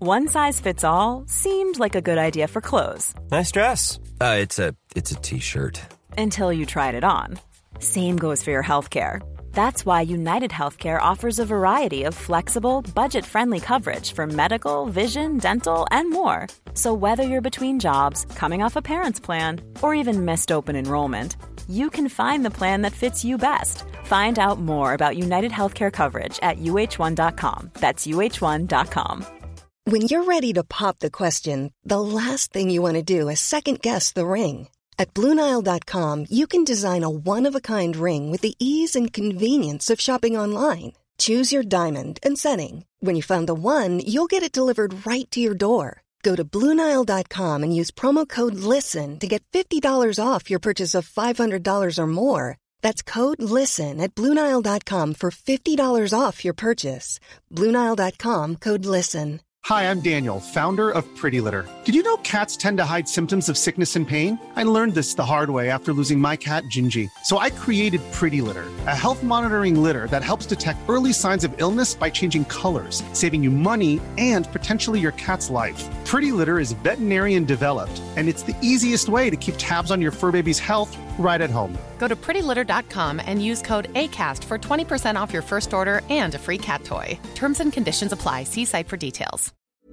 One size fits all seemed like a good idea for clothes. Nice dress. It's a t-shirt. Until you tried it on. Same goes for your healthcare. That's why United Healthcare offers a variety of flexible, budget-friendly coverage for medical, vision, dental, and more. So whether you're between jobs, coming off a parent's plan, or even missed open enrollment, you can find the plan that fits you best. Find out more about United Healthcare coverage at uh1.com. That's uh1.com. When you're ready to pop the question, the last thing you want to do is second-guess the ring. At BlueNile.com, you can design a one-of-a-kind ring with the ease and convenience of shopping online. Choose your diamond and setting. When you find the one, you'll get it delivered right to your door. Go to BlueNile.com and use promo code LISTEN to get $50 off your purchase of $500 or more. That's code LISTEN at BlueNile.com for $50 off your purchase. BlueNile.com, code LISTEN. Hi, I'm Daniel, founder of Pretty Litter. Did you know cats tend to hide symptoms of sickness and pain? I learned this the hard way after losing my cat, Gingy. So I created Pretty Litter, a health monitoring litter that helps detect early signs of illness by changing colors, saving you money and potentially your cat's life. Pretty Litter is veterinarian developed, and it's the easiest way to keep tabs on your fur baby's health right at home. Go to prettylitter.com and use code ACAST for 20% off your first order and a free cat toy. Terms and conditions apply. See site for details.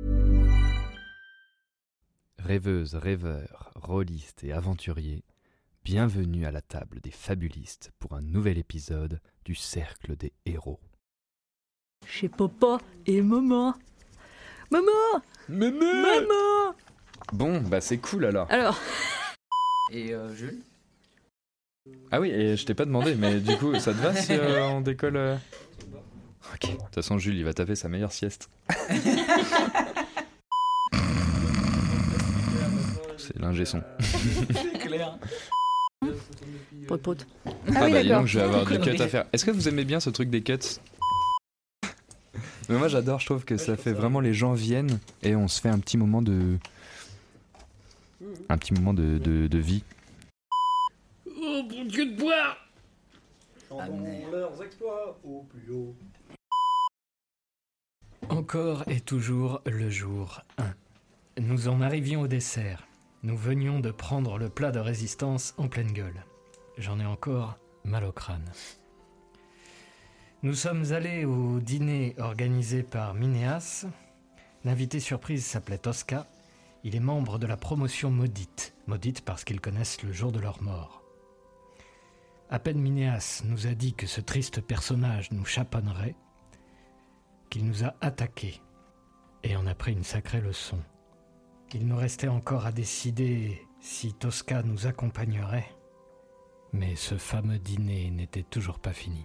Rêveuses, rêveurs, rôlistes et aventuriers, bienvenue à la table des fabulistes pour un nouvel épisode du Cercle des Héros. Chez papa et maman. Maman! Maman! Bon, bah c'est cool alors. Et Jules? Ah oui, et je t'ai pas demandé, mais du coup, ça te va si on décolle Ok, de toute façon, Jules, il va taper sa meilleure sieste. C'est l'ingé son. C'est clair. Pote. Ah bah dis donc, je vais avoir du cut à faire. Est-ce que vous aimez bien ce truc des cuts? Mais moi j'adore, je trouve que ça fait vraiment les gens viennent et on se fait un petit moment de vie. Oh bon Dieu de boire! Leurs exploits au plus haut. Encore et toujours le jour 1. Nous en arrivions au dessert. Nous venions de prendre le plat de résistance en pleine gueule. J'en ai encore mal au crâne. Nous sommes allés au dîner organisé par Minéas. L'invité surprise s'appelait Tosca. Il est membre de la promotion maudite. Maudite parce qu'ils connaissent le jour de leur mort. À peine Minéas nous a dit que ce triste personnage nous chaponnerait, qu'il nous a attaqués et en a pris une sacrée leçon. Il nous restait encore à décider si Tosca nous accompagnerait. Mais ce fameux dîner n'était toujours pas fini.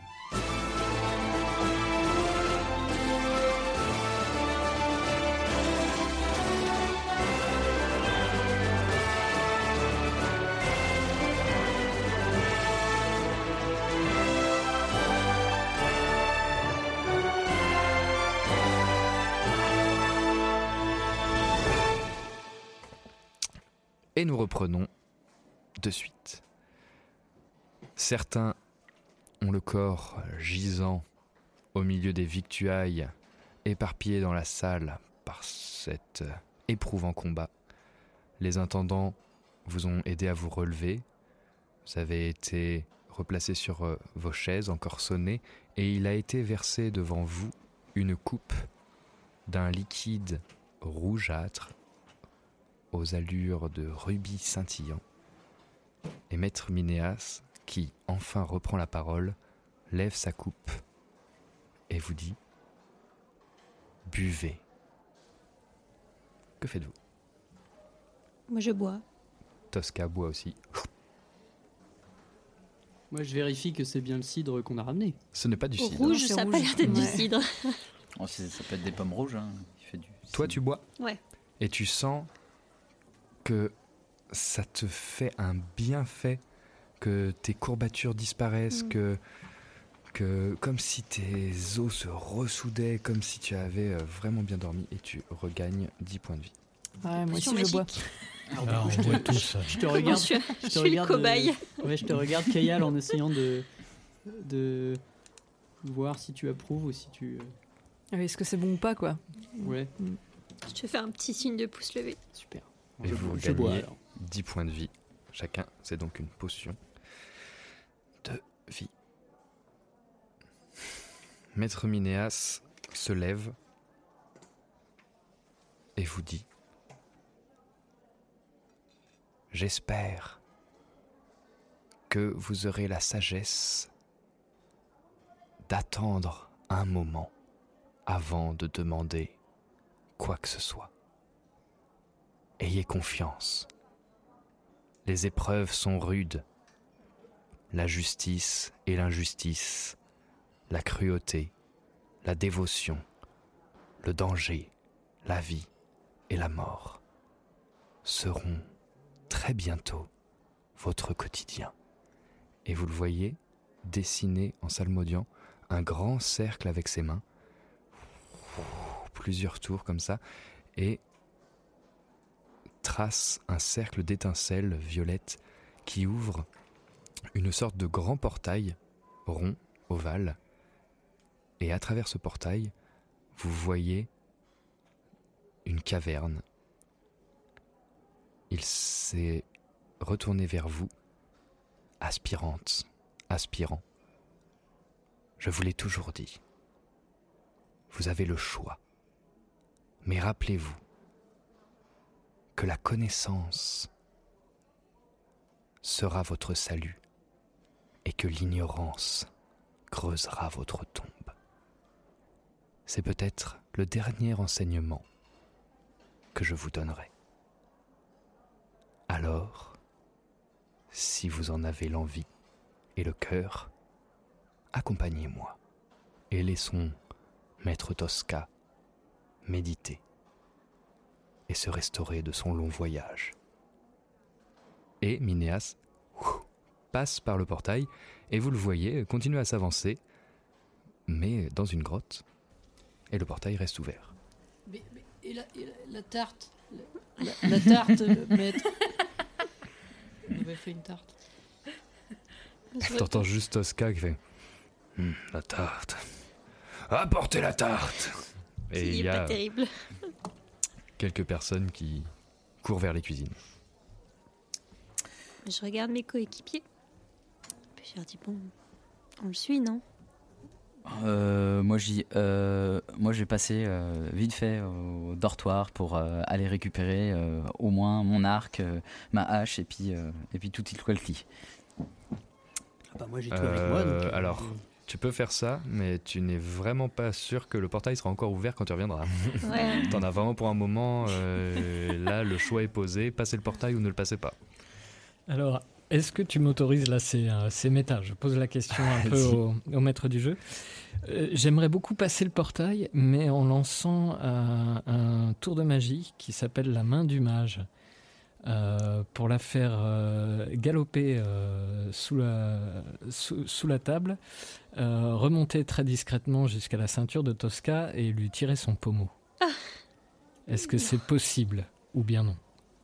Et nous reprenons de suite. Certains ont le corps gisant au milieu des victuailles, éparpillés dans la salle par cet éprouvant combat. Les intendants vous ont aidé à vous relever. Vous avez été replacés sur vos chaises, encore sonnées, et il a été versé devant vous une coupe d'un liquide rougeâtre aux allures de rubis scintillant. Et maître Minéas, qui enfin reprend la parole, lève sa coupe et vous dit « Buvez ». Que faites-vous? Moi je bois. Tosca boit aussi. Moi je vérifie que c'est bien le cidre qu'on a ramené. Ce n'est pas du cidre. Rouge, ça n'a pas l'air d'être du cidre. Oh, ça peut être des pommes rouges. Hein. Il fait du Toi tu bois? Ouais. Et tu sens que ça te fait un bienfait, que tes courbatures disparaissent, que comme si tes os se ressoudaient, comme si tu avais vraiment bien dormi, et tu regagnes 10 points de vie. Ouais, moi aussi je bois. Alors, on boit tous. Je te regarde. Je suis le cobaye. Ouais, je te regarde, Kayal, en essayant de voir si tu approuves ou si tu. Est-ce que c'est bon ou pas, quoi? Ouais. Je fais un petit signe de pouce levé. Super. Et vous je bois, gagnez alors. 10 points de vie chacun. C'est donc une potion de vie. Maître Minéas se lève et vous dit: j'espère que vous aurez la sagesse d'attendre un moment avant de demander quoi que ce soit. Ayez confiance. Les épreuves sont rudes. La justice et l'injustice, la cruauté, la dévotion, le danger, la vie et la mort seront très bientôt votre quotidien. Et vous le voyez dessiner en psalmodiant un grand cercle avec ses mains, plusieurs tours comme ça, et trace un cercle d'étincelles violettes qui ouvre une sorte de grand portail rond, ovale, et à travers ce portail, vous voyez une caverne. Il s'est retourné vers vous, aspirant. Je vous l'ai toujours dit. Vous avez le choix. Mais rappelez-vous que la connaissance sera votre salut et que l'ignorance creusera votre tombe. C'est peut-être le dernier enseignement que je vous donnerai. Alors, si vous en avez l'envie et le cœur, accompagnez-moi et laissons Maître Tosca méditer et se restaurer de son long voyage. Et Minéas passe par le portail et vous le voyez continuer à s'avancer, mais dans une grotte, et le portail reste ouvert. Et la tarte la tarte, maître. On avait fait une tarte. T'entends juste Tosca qui fait la tarte. Apportez la tarte. Et il y a pas terrible. quelques personnes qui courent vers les cuisines. Je regarde mes coéquipiers. Puis je leur dis bon, on le suit, non? Moi, je vais passer vite fait au dortoir pour aller récupérer au moins mon arc, ma hache et puis tout il quality. Bah moi j'ai tout avec moi. Donc, alors, tu peux faire ça, mais tu n'es vraiment pas sûr que le portail sera encore ouvert quand tu reviendras. Ouais. T'en as vraiment pour un moment. Là, le choix est posé. Passez le portail ou ne le passez pas. Alors, est-ce que tu m'autorises, là, c'est méta, je pose la question un peu au maître du jeu. J'aimerais beaucoup passer le portail, mais en lançant un tour de magie qui s'appelle la main du mage, pour la faire galoper sous la table, remonter très discrètement jusqu'à la ceinture de Tosca et lui tirer son pommeau. Ah. Est-ce que c'est possible ou bien non?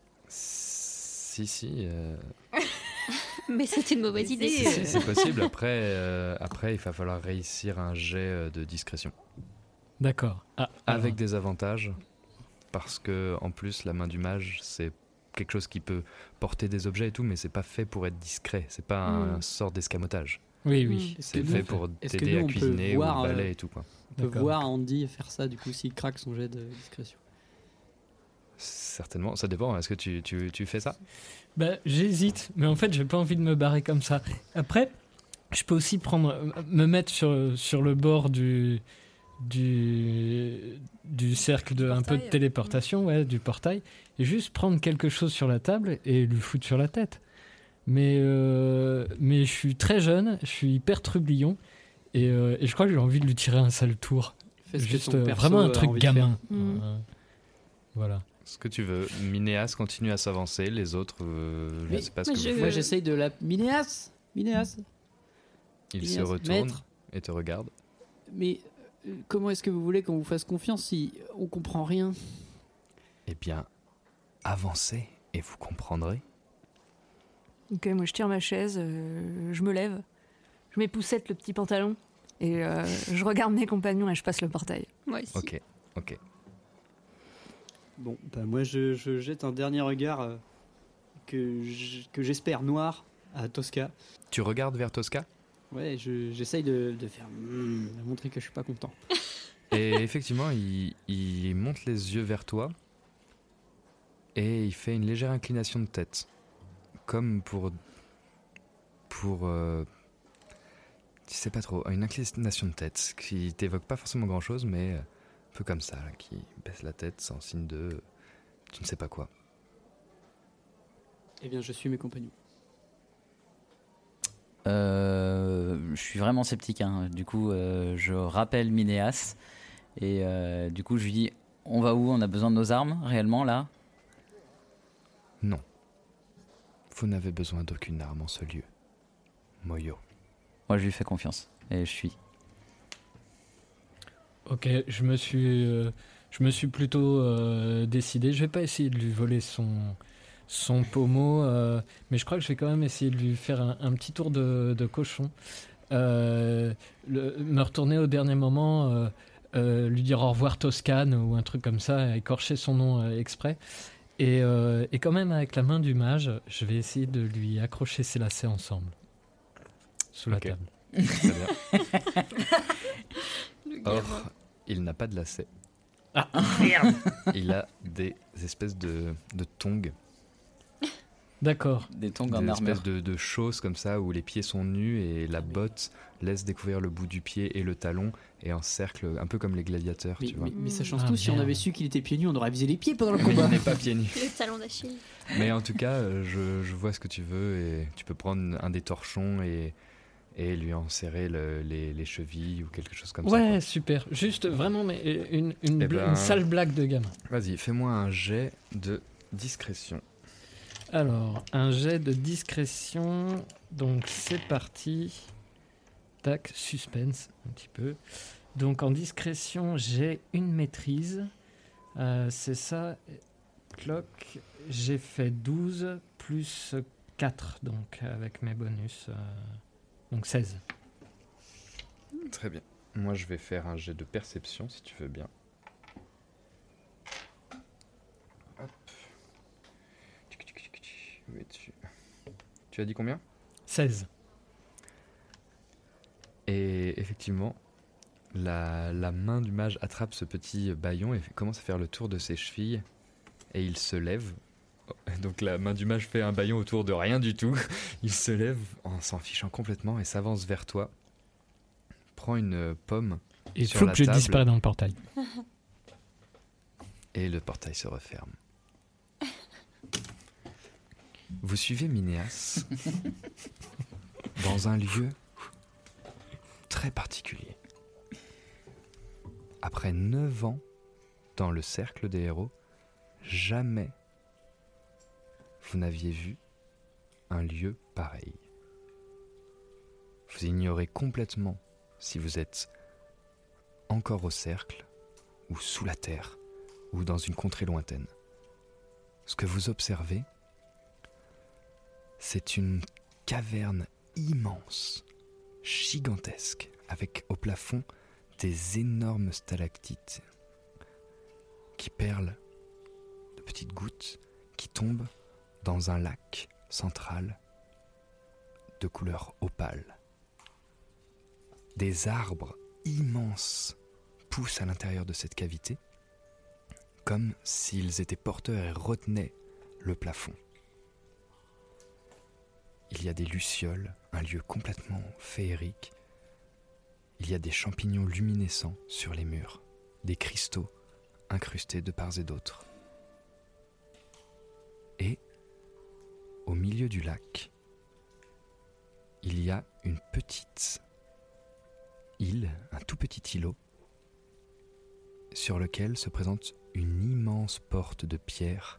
Si. Mais c'était une mauvaise idée. Si, c'est possible. Après, il va falloir réussir un jet de discrétion. D'accord. Avec des avantages, parce que en plus, la main du mage, c'est quelque chose qui peut porter des objets et tout, mais c'est pas fait pour être discret. C'est pas un sort d'escamotage. Oui. C'est fait pour t'aider à cuisiner ou au balai et tout, quoi. On peut voir Andy faire ça, du coup, s'il craque son jet de discrétion. Certainement, ça dépend. Est-ce que tu fais ça? J'hésite, mais en fait, j'ai pas envie de me barrer comme ça. Après, je peux aussi me mettre sur le bord du cercle un peu de téléportation, du portail, et juste prendre quelque chose sur la table et lui foutre sur la tête. Mais je suis très jeune, je suis hyper trublion, et je crois que j'ai envie de lui tirer un sale tour. Juste vraiment un truc gamin. Voilà. Ce que tu veux. Minéas continue à s'avancer, les autres, je ne sais pas ce que vous faites. Moi, j'essaye de la... Minéas. Il se retourne et te regarde. Mais comment est-ce que vous voulez qu'on vous fasse confiance si on comprend rien? Eh bien, avancez et vous comprendrez. Ok, moi je tire ma chaise, je me lève, je m'époussette le petit pantalon et je regarde mes compagnons et je passe le portail. Moi aussi. Ok. Bon, bah moi je jette un dernier regard que j'espère noir à Tosca. Tu regardes vers Tosca ? Ouais, j'essaye de faire de montrer que je suis pas content. Et effectivement, il monte les yeux vers toi et il fait une légère inclination de tête, comme pour tu sais pas trop, une inclination de tête qui t'évoque pas forcément grand chose, mais un peu comme ça, là, qui baisse la tête sans signe de tu ne sais pas quoi. Eh bien, je suis mes compagnons. Je suis vraiment sceptique, hein. Du coup, je rappelle Minéas et du coup, je lui dis on va où ? On a besoin de nos armes réellement là ? Non. Vous n'avez besoin d'aucune arme en ce lieu. Moyo. Moi, je lui fais confiance et je suis. Ok, je me suis plutôt décidé. Je vais pas essayer de lui voler son pommeau, mais je crois que je vais quand même essayer de lui faire un petit tour de cochon. Me retourner au dernier moment, lui dire au revoir Toscane ou un truc comme ça, écorcher son nom exprès. Et quand même avec la main du mage, je vais essayer de lui accrocher ses lacets ensemble. Sous la table. Très bien. Or, il n'a pas de lacets. Ah, merde. Il a des espèces de tongs. D'accord. Des tongs en des armure. espèces de choses comme ça où les pieds sont nus et la botte laisse découvrir le bout du pied et le talon et en cercle, un peu comme les gladiateurs, tu vois. Mais ça change tout, si on avait su qu'il était pieds nus, on aurait visé les pieds pendant le combat. Il n'est pas pieds nus. Le talon d'Achille. Mais en tout cas, je vois ce que tu veux et tu peux prendre un des torchons et lui en serrer les chevilles ou quelque chose comme ça. Ouais, super. Juste vraiment mais une sale blague de gamin. Vas-y, fais-moi un jet de discrétion. Alors, un jet de discrétion. Donc, c'est parti. Tac, suspense, un petit peu. Donc, en discrétion, j'ai une maîtrise. C'est ça. Clock, j'ai fait 12 plus 4, donc, avec mes bonus. Donc, 16. Très bien. Moi, je vais faire un jet de perception, si tu veux bien. Hop. Où es-tu ? Tu as dit combien ? 16. Et effectivement, la main du mage attrape ce petit bâillon et commence à faire le tour de ses chevilles. Et il se lève. Donc la main du mage fait un bâillon autour de rien du tout. Il se lève en s'en fichant complètement et s'avance vers toi. Prend une pomme Et sur la je table. disparais dans le portail. Et le portail se referme. Vous suivez Minéas dans un lieu très particulier. Après 9 ans dans le cercle des héros, jamais vous n'aviez vu un lieu pareil. Vous ignorez complètement si vous êtes encore au cercle ou sous la terre ou dans une contrée lointaine. Ce que vous observez, c'est une caverne immense, gigantesque, avec au plafond des énormes stalactites qui perlent de petites gouttes qui tombent dans un lac central de couleur opale. Des arbres immenses poussent à l'intérieur de cette cavité, comme s'ils étaient porteurs et retenaient le plafond. Il y a des lucioles, un lieu complètement féerique. Il y a des champignons luminescents sur les murs, des cristaux incrustés de part et d'autre. Et, au milieu du lac, il y a une petite île, un tout petit îlot, sur lequel se présente une immense porte de pierre,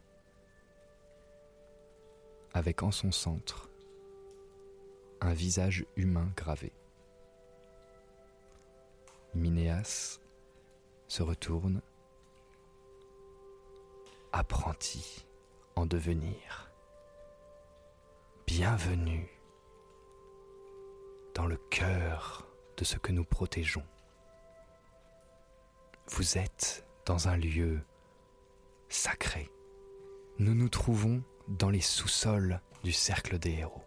avec en son centre un visage humain gravé. Minéas se retourne, apprenti en devenir. Bienvenue dans le cœur de ce que nous protégeons. Vous êtes dans un lieu sacré, nous nous trouvons dans les sous-sols du cercle des héros.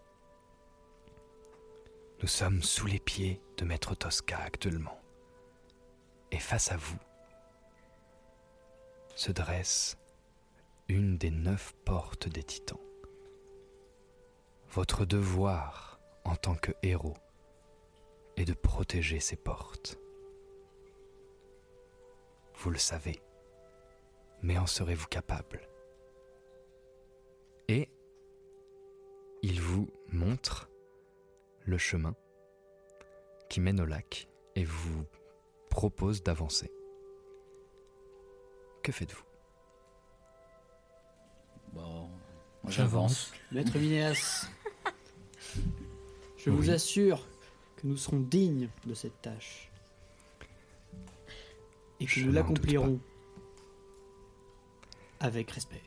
Nous sommes sous les pieds de Maître Tosca actuellement. Et face à vous se dresse une des 9 portes des Titans. Votre devoir en tant que héros est de protéger ces portes. Vous le savez, mais en serez-vous capable? Et il vous montre le chemin qui mène au lac et vous propose d'avancer. Que faites-vous? Bon, j'avance. Maître Minéas, je vous assure que nous serons dignes de cette tâche. Et que nous l'accomplirons avec respect.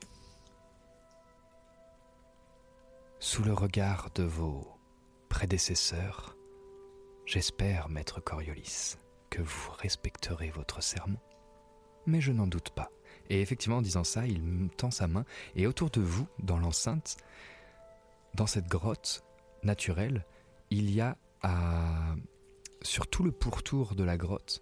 Sous le regard de vos prédécesseurs, j'espère, Maître Coriolis, que vous respecterez votre serment. Mais je n'en doute pas. Et effectivement, en disant ça, il me tend sa main, et autour de vous, dans l'enceinte, dans cette grotte naturelle, il y a, sur tout le pourtour de la grotte,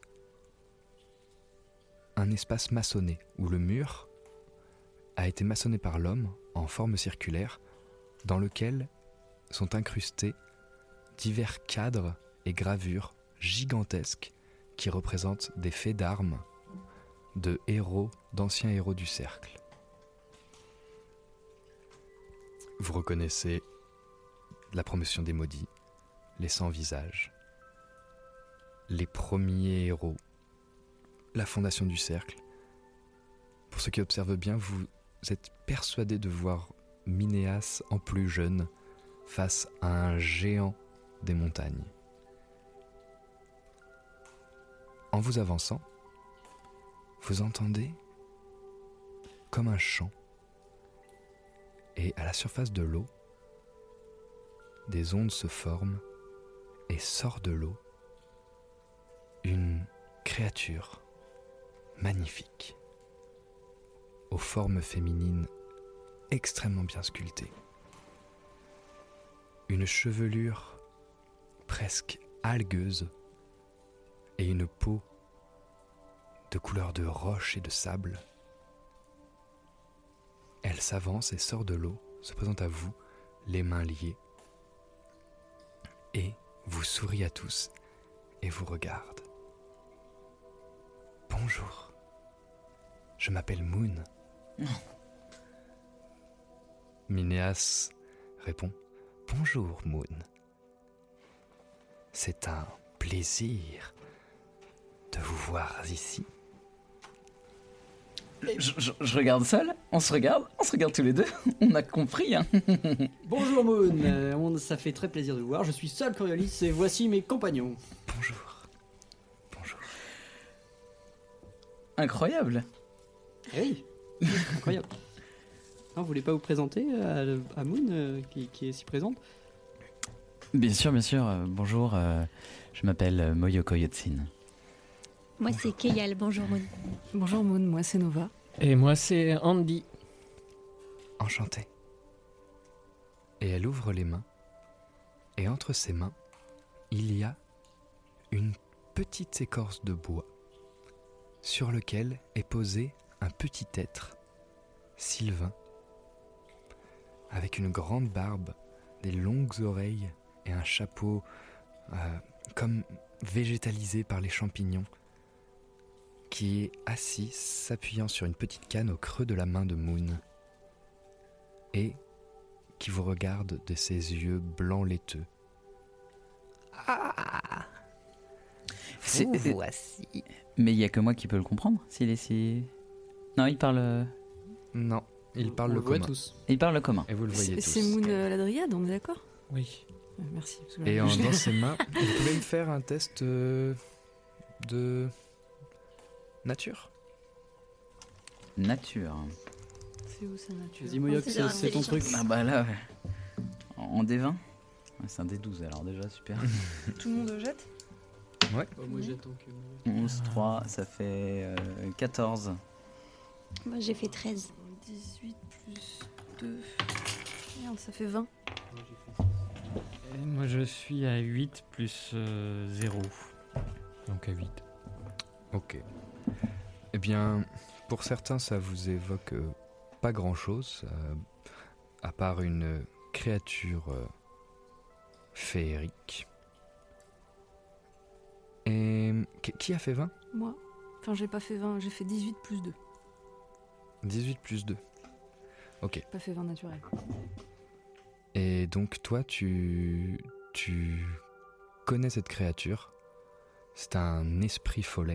un espace maçonné, où le mur a été maçonné par l'homme en forme circulaire, dans lequel sont incrustés divers cadres et gravures gigantesques qui représentent des faits d'armes de héros, d'anciens héros du cercle. Vous reconnaissez la promotion des maudits, les 100 visages, les premiers héros, la fondation du cercle. Pour ceux qui observent bien, vous êtes persuadés de voir Minéas en plus jeune face à un géant des montagnes. En vous avançant, vous entendez comme un chant, et à la surface de l'eau, des ondes se forment et sort de l'eau une créature magnifique, aux formes féminines extrêmement bien sculptées. Une chevelure presque algueuse et une peau de couleur de roche et de sable. Elle s'avance et sort de l'eau, se présente à vous, les mains liées, et vous sourit à tous et vous regarde. Bonjour, je m'appelle Moon. Minéas répond, bonjour Moon. C'est un plaisir de vous voir ici. Je regarde seul, on se regarde tous les deux, on a compris. Hein. Bonjour Moon, ça fait très plaisir de vous voir, je suis seul Coriolis et voici mes compagnons. Bonjour. Incroyable. Oui, incroyable. Vous voulez pas vous présenter à Moon qui est si présente? Bien sûr. Bonjour, je m'appelle Moyoko Yotsin. Moi, c'est Keyal. Bonjour, Moon. Bonjour, Moon. Moi, c'est Nova. Et moi, c'est Andy. Enchanté. Et elle ouvre les mains, et entre ses mains, il y a une petite écorce de bois sur lequel est posé un petit être, Sylvain, avec une grande barbe, des longues oreilles et un chapeau comme végétalisé par les champignons, qui est assis s'appuyant sur une petite canne au creux de la main de Moon et qui vous regarde de ses yeux blancs laiteux. Ah, vous voici. Mais il n'y a que moi qui peux le comprendre, s'il est si... Non, il parle... Non, il parle le commun. Tous. Il parle le commun. Et vous le voyez tous. C'est Moon la dryade, on est d'accord? Oui. Merci. Et dans ses mains, vous pouvez me faire un test de nature. Nature. C'est où ça, nature? Vas-y Moyok, c'est ton truc. Ah bah là, ouais. En D20 ouais, c'est un D12 alors déjà, super. Tout le monde jette? Ouais. Moi j'attends que... 11, 3, ça fait 14. Moi, j'ai fait 13. 18 plus 2. Merde, ça fait 20. Et moi je suis à 8 plus 0. Donc à 8. Ok. Eh bien, pour certains, ça vous évoque pas grand-chose, à part une créature féerique. Et qui a fait 20 ? Moi. Enfin, j'ai pas fait 20, j'ai fait 18 plus 2. 18 plus 2. Ok. J'ai pas fait 20 naturel. Et donc toi, tu connais cette créature. C'est un esprit follet.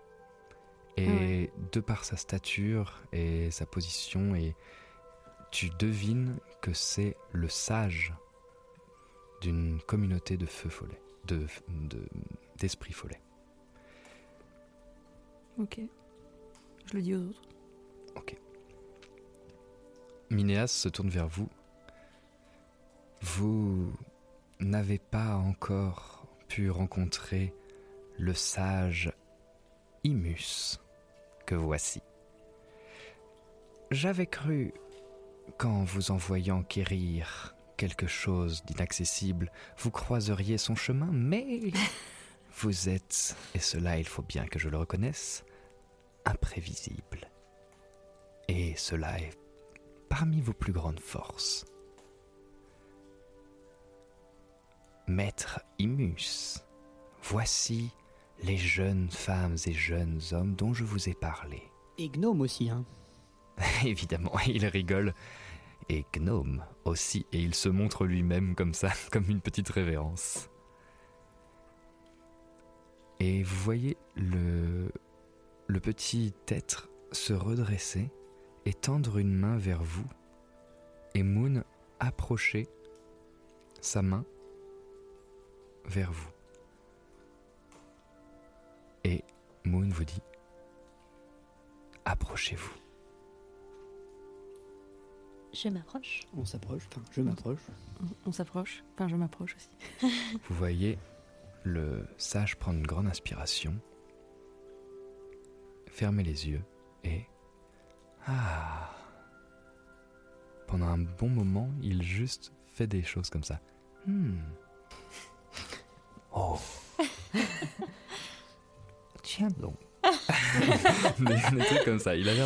Et de par sa stature et sa position, et tu devines que c'est le sage d'une communauté de feux follets, d'esprits follets. Ok. Je le dis aux autres. Ok. Minéas se tourne vers vous. Vous n'avez pas encore pu rencontrer le sage Imus que voici. J'avais cru qu'en vous envoyant quérir quelque chose d'inaccessible, vous croiseriez son chemin, mais vous êtes, et cela il faut bien que je le reconnaisse, imprévisible. Et cela est parmi vos plus grandes forces. Maître Imus, voici les jeunes femmes et jeunes hommes dont je vous ai parlé. Et gnome aussi, hein. Évidemment, il rigole. Et gnome aussi, et il se montre lui-même comme ça, comme une petite révérence. Et vous voyez le petit être se redresser et tendre une main vers vous, et Moon approcher sa main vers vous. Et Moon vous dit « Approchez-vous ». Je m'approche. On s'approche, enfin je m'approche. On s'approche, enfin je m'approche aussi. Vous voyez le sage prendre une grande inspiration, fermer les yeux et... Ah. Pendant un bon moment, il juste fait des choses comme ça. Oh. Tiens donc. des trucs comme ça. Il a l'air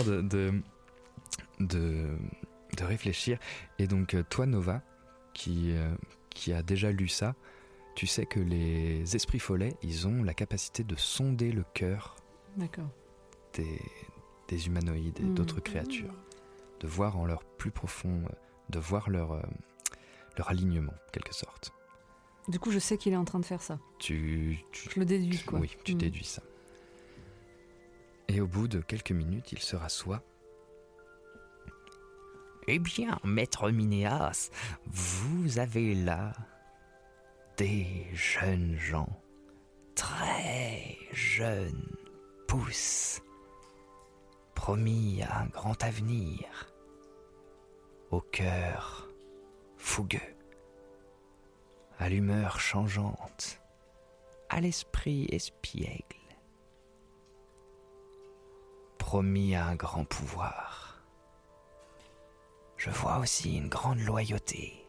de réfléchir. Et donc toi, Nova, qui a déjà lu ça, tu sais que les esprits follets, ils ont la capacité de sonder le cœur des humanoïdes et d'autres créatures, de voir en leur plus profond, de voir leur alignement, en quelque sorte. Du coup, je sais qu'il est en train de faire ça. Je le déduis, quoi. Oui, tu déduis ça. Et au bout de quelques minutes, il se rassoit. Eh bien, maître Minéas, vous avez là des jeunes gens, très jeunes pousses, promis à un grand avenir, au cœur fougueux, à l'humeur changeante, à l'esprit espiègle, promis à un grand pouvoir. Je vois aussi une grande loyauté,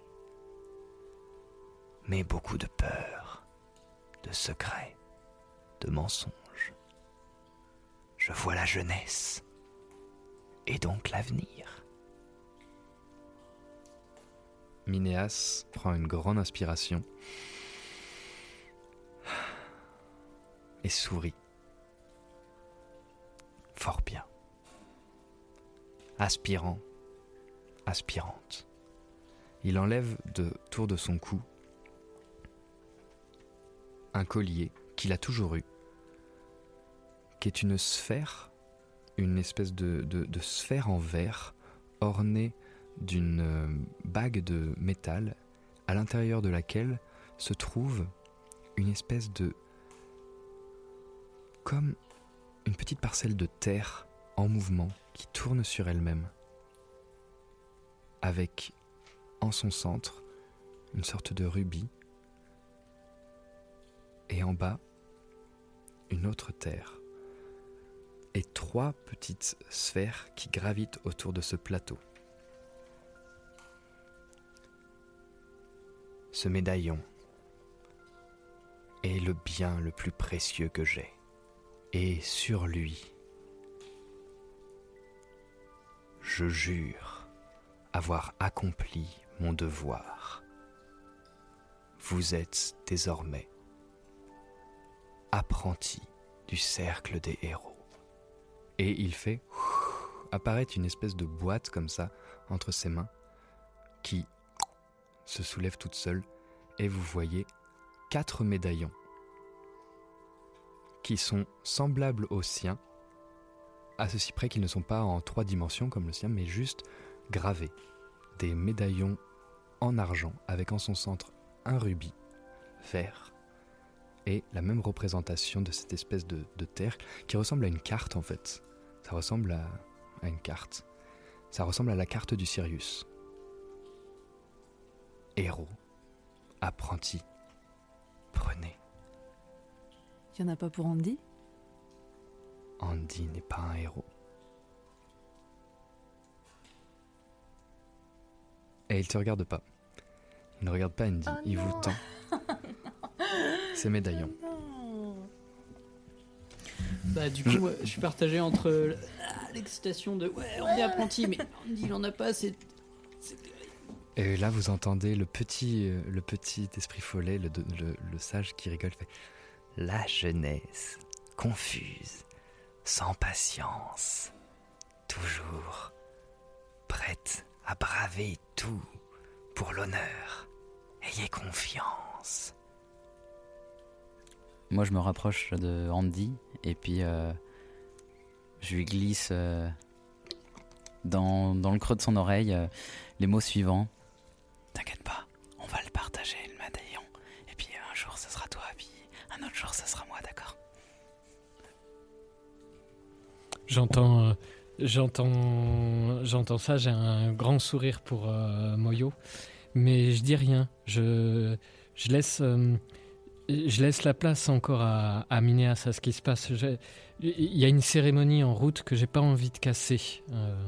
mais beaucoup de peur, de secrets, de mensonges. Je vois la jeunesse, et donc l'avenir. Minéas prend une grande inspiration et sourit. Fort bien. Aspirant, aspirante. Il enlève autour de son cou un collier qu'il a toujours eu, qui est une sphère, une espèce de sphère en verre ornée d'une bague de métal à l'intérieur de laquelle se trouve une espèce de... comme une petite parcelle de terre en mouvement qui tourne sur elle-même, avec en son centre une sorte de rubis et en bas une autre terre. et 3 petites sphères qui gravitent autour de ce plateau. Ce médaillon est le bien le plus précieux que j'ai. Et sur lui, je jure avoir accompli mon devoir. Vous êtes désormais apprenti du cercle des héros. Et il fait apparaître une espèce de boîte comme ça entre ses mains qui se soulève toute seule et vous voyez 4 médaillons qui sont semblables aux siens, à ceci près qu'ils ne sont pas en 3 dimensions comme le sien, mais juste gravés. Des médaillons en argent avec en son centre un rubis vert et la même représentation de cette espèce de terre qui ressemble à une carte en fait. Ça ressemble à une carte. Ça ressemble à la carte du Sirius. Héros, apprenti, prenez. Il n'y en a pas pour Andy ? Andy n'est pas un héros. Et il te regarde pas. Il ne regarde pas Andy, il vous tend ses médaillons. Bah du coup, je suis partagé entre l'excitation de ouais, on est apprenti, mais Andy il en a pas, c'est terrible. Et là vous entendez le petit esprit follet, le sage qui rigole, fait la jeunesse, confuse, sans patience, toujours prête à braver tout pour l'honneur. Ayez confiance. Moi, je me rapproche de Andy et puis je lui glisse dans le creux de son oreille les mots suivants. T'inquiète pas, on va le partager, le médaillon. Et puis un jour, ça sera toi, puis un autre jour, ça sera moi, d'accord ? J'entends ça, j'ai un grand sourire pour Moyo, mais je dis rien. Je laisse la place encore à Minéas, à ce qui se passe. Il y a une cérémonie en route que j'ai pas envie de casser.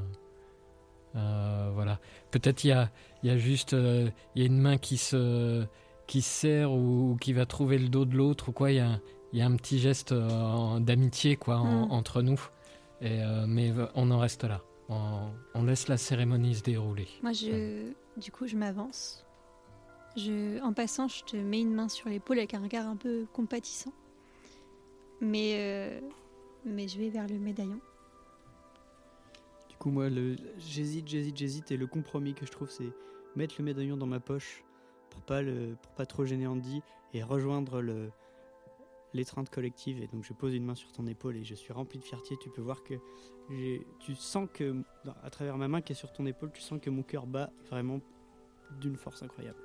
Voilà. Peut-être il y a juste il y a une main qui se serre ou qui va trouver le dos de l'autre ou quoi. Il y a un petit geste d'amitié quoi entre nous. Mais on en reste là. On laisse la cérémonie se dérouler. Moi, du coup, je m'avance. En passant, je te mets une main sur l'épaule avec un regard un peu compatissant. Mais je vais vers le médaillon. Du coup, moi, j'hésite et le compromis que je trouve, c'est mettre le médaillon dans ma poche pour pas trop gêner Andy et rejoindre l'étreinte collective. Et donc, je pose une main sur ton épaule et je suis rempli de fierté. Tu peux voir que tu sens que, à travers ma main qui est sur ton épaule, tu sens que mon cœur bat vraiment d'une force incroyable.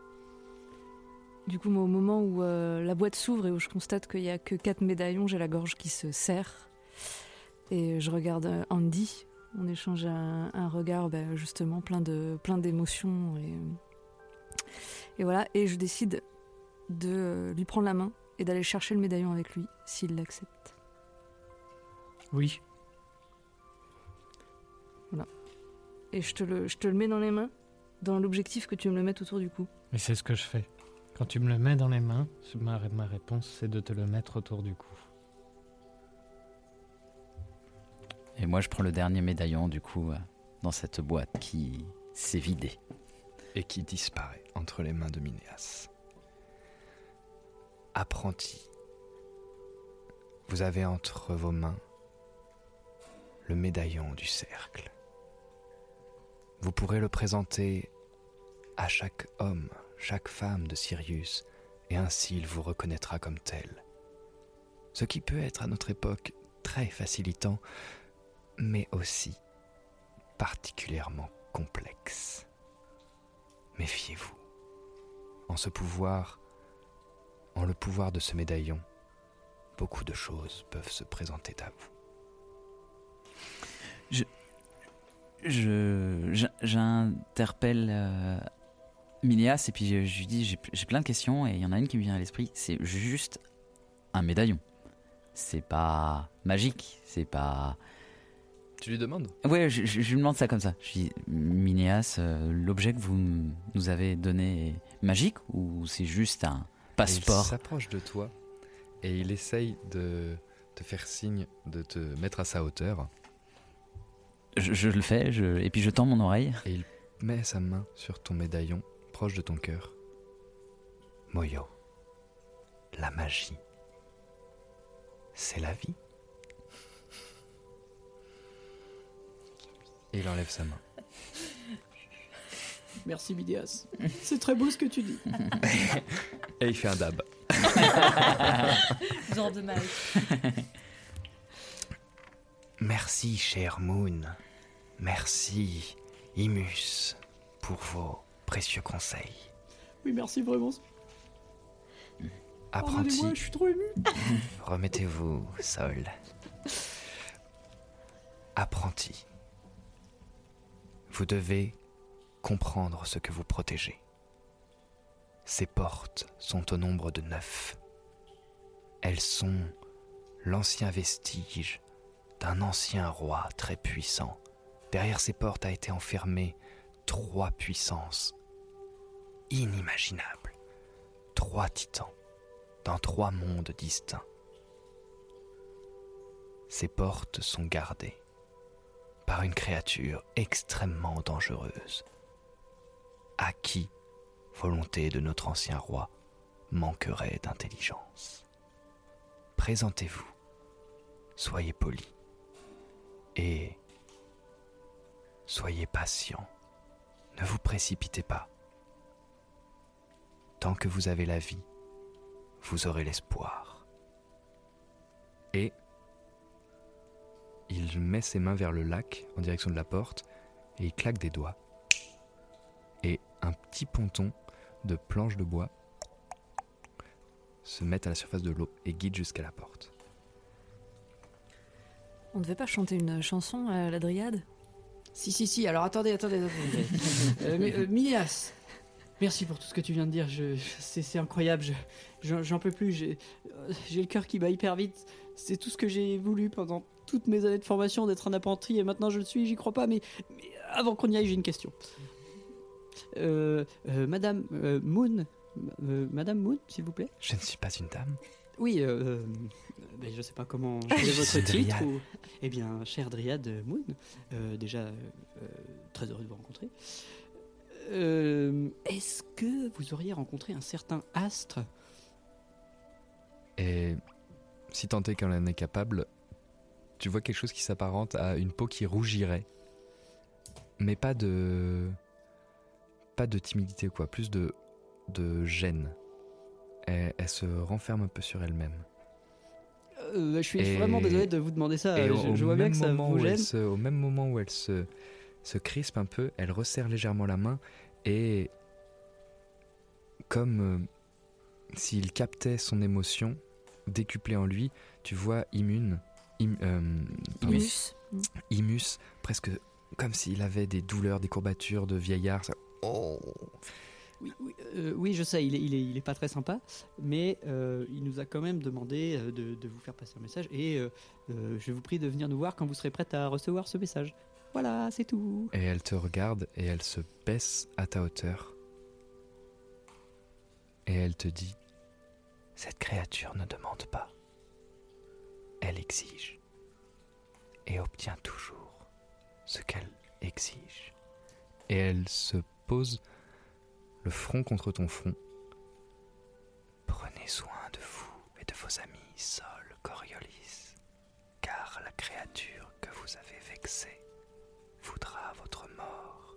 Du coup, moi, au moment où la boîte s'ouvre et où je constate qu'il n'y a que 4 médaillons, j'ai la gorge qui se serre. Et je regarde Andy. On échange un regard justement plein d'émotions. Et voilà. Et je décide de lui prendre la main et d'aller chercher le médaillon avec lui, s'il l'accepte. Oui. Voilà. Et je te le mets dans les mains, dans l'objectif que tu me le mettes autour du cou. Mais c'est ce que je fais. Quand tu me le mets dans les mains, ma réponse, c'est de te le mettre autour du cou. Et moi, je prends le dernier médaillon, du coup, dans cette boîte qui s'est vidée. Et qui disparaît entre les mains de Minéas. Apprenti, vous avez entre vos mains le médaillon du cercle. Vous pourrez le présenter à chaque homme, chaque femme de Sirius, et ainsi il vous reconnaîtra comme tel. Ce qui peut être à notre époque très facilitant, mais aussi particulièrement complexe. Méfiez-vous. En le pouvoir de ce médaillon, beaucoup de choses peuvent se présenter à vous. J'interpelle Minéas et puis je lui dis j'ai plein de questions et il y en a une qui me vient à l'esprit, c'est juste un médaillon. c'est pas magique, c'est pas... Tu lui demandes ? Ouais, je lui demande ça comme ça. Je dis, Minéas, l'objet que vous nous avez donné est magique ou c'est juste un passeport ? Il s'approche de toi et il essaye de te faire signe de te mettre à sa hauteur. Je le fais, et puis je tends mon oreille. Et il met sa main sur ton médaillon, proche de ton cœur. Moyo, la magie, c'est la vie. Et il enlève sa main. Merci Minéas. C'est très beau ce que tu dis. Et il fait un dab. Genre de mal. Merci, cher Moon. Merci, Imus, pour vos précieux conseils. Oui, merci vraiment. Apprenti, Pardonnez-moi, je suis trop ému. remettez-vous, Sol. Apprenti, vous devez comprendre ce que vous protégez. Ces portes sont au nombre de 9. Elles sont l'ancien vestige d'un ancien roi très puissant. Derrière ces portes a été enfermé 3 puissances inimaginables. 3 titans dans 3 mondes distincts. Ces portes sont gardées par une créature extrêmement dangereuse, à qui volonté de notre ancien roi manquerait d'intelligence. Présentez-vous, soyez poli et soyez patient. Ne vous précipitez pas. Tant que vous avez la vie, vous aurez l'espoir. Et il met ses mains vers le lac en direction de la porte et il claque des doigts. Et un petit ponton de planches de bois se met à la surface de l'eau et guide jusqu'à la porte. On devait pas chanter une chanson à la Dryade ? Si, alors attendez. Minéas, merci pour tout ce que tu viens de dire, c'est incroyable, j'en peux plus, j'ai le cœur qui bat hyper vite, c'est tout ce que j'ai voulu pendant toutes mes années de formation, d'être un apprenti, et maintenant je le suis, j'y crois pas, mais avant qu'on y aille, j'ai une question. Madame Moon, Madame Moon, s'il vous plaît. Je ne suis pas une dame. Oui, je sais pas comment changer votre titre. Eh bien, chère Dryade Moon, déjà très heureux de vous rencontrer. Est-ce que vous auriez rencontré un certain astre ? Et si tant est qu'elle en est capable, tu vois quelque chose qui s'apparente à une peau qui rougirait. Mais pas de timidité, quoi, plus de gêne. Elle se renferme un peu sur elle-même. Je suis vraiment désolé de vous demander ça. Je vois bien que ça vous gêne. Au même moment où elle se crispe un peu, elle resserre légèrement la main et comme s'il captait son émotion décuplée en lui, tu vois Imus, presque comme s'il avait des douleurs, des courbatures de vieillard. Ça... Oh. Oui, je sais, il est pas très sympa, mais il nous a quand même demandé de vous faire passer un message et je vous prie de venir nous voir quand vous serez prête à recevoir ce message. Voilà, c'est tout. Et elle te regarde et elle se baisse à ta hauteur. Et elle te dit: cette créature ne demande pas. Elle exige et obtient toujours ce qu'elle exige. Et elle se pose le front contre ton front. Prenez soin de vous et de vos amis, Sol Coriolis, car la créature que vous avez vexée voudra votre mort.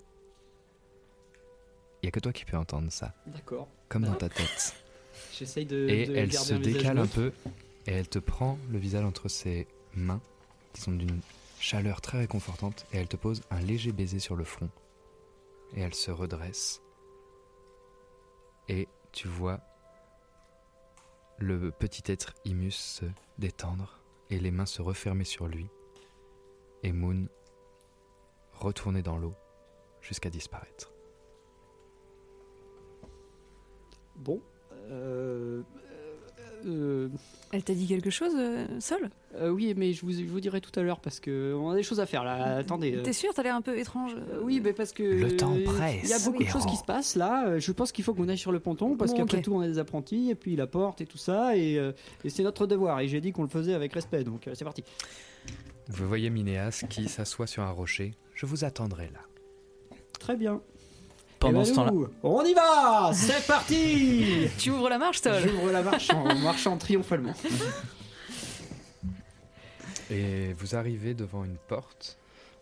Il n'y a que toi qui peux entendre ça. D'accord. Comme dans ta tête. J'essaye de elle garder se un visage décale un neutre. peu et elle te prend le visage entre ses mains qui sont d'une chaleur très réconfortante et elle te pose un léger baiser sur le front. Et elle se redresse. Et tu vois le petit être Imus se détendre et les mains se refermer sur lui. Et Moon retourner dans l'eau jusqu'à disparaître. Bon, Elle t'a dit quelque chose, Sol? Oui, mais je vous dirai tout à l'heure parce qu'on a des choses à faire là. Attendez. T'es sûr? T'as l'air un peu étrange. Oui, mais parce que Le temps presse, il y a beaucoup de héros. choses qui se passent là. Je pense qu'il faut qu'on aille sur le ponton parce Bon, qu'après ok. tout, on est des apprentis et puis la porte et tout ça et c'est notre devoir. Et j'ai dit qu'on le faisait avec respect, donc c'est parti. Vous voyez Minéas qui s'assoit sur un rocher. Je vous attendrai là. Très bien. Pendant Eh ben, ce temps-là, nous, on y va. C'est parti. Tu ouvres la marche, Sol? J'ouvre la marche en marchant triomphalement. Et vous arrivez devant une porte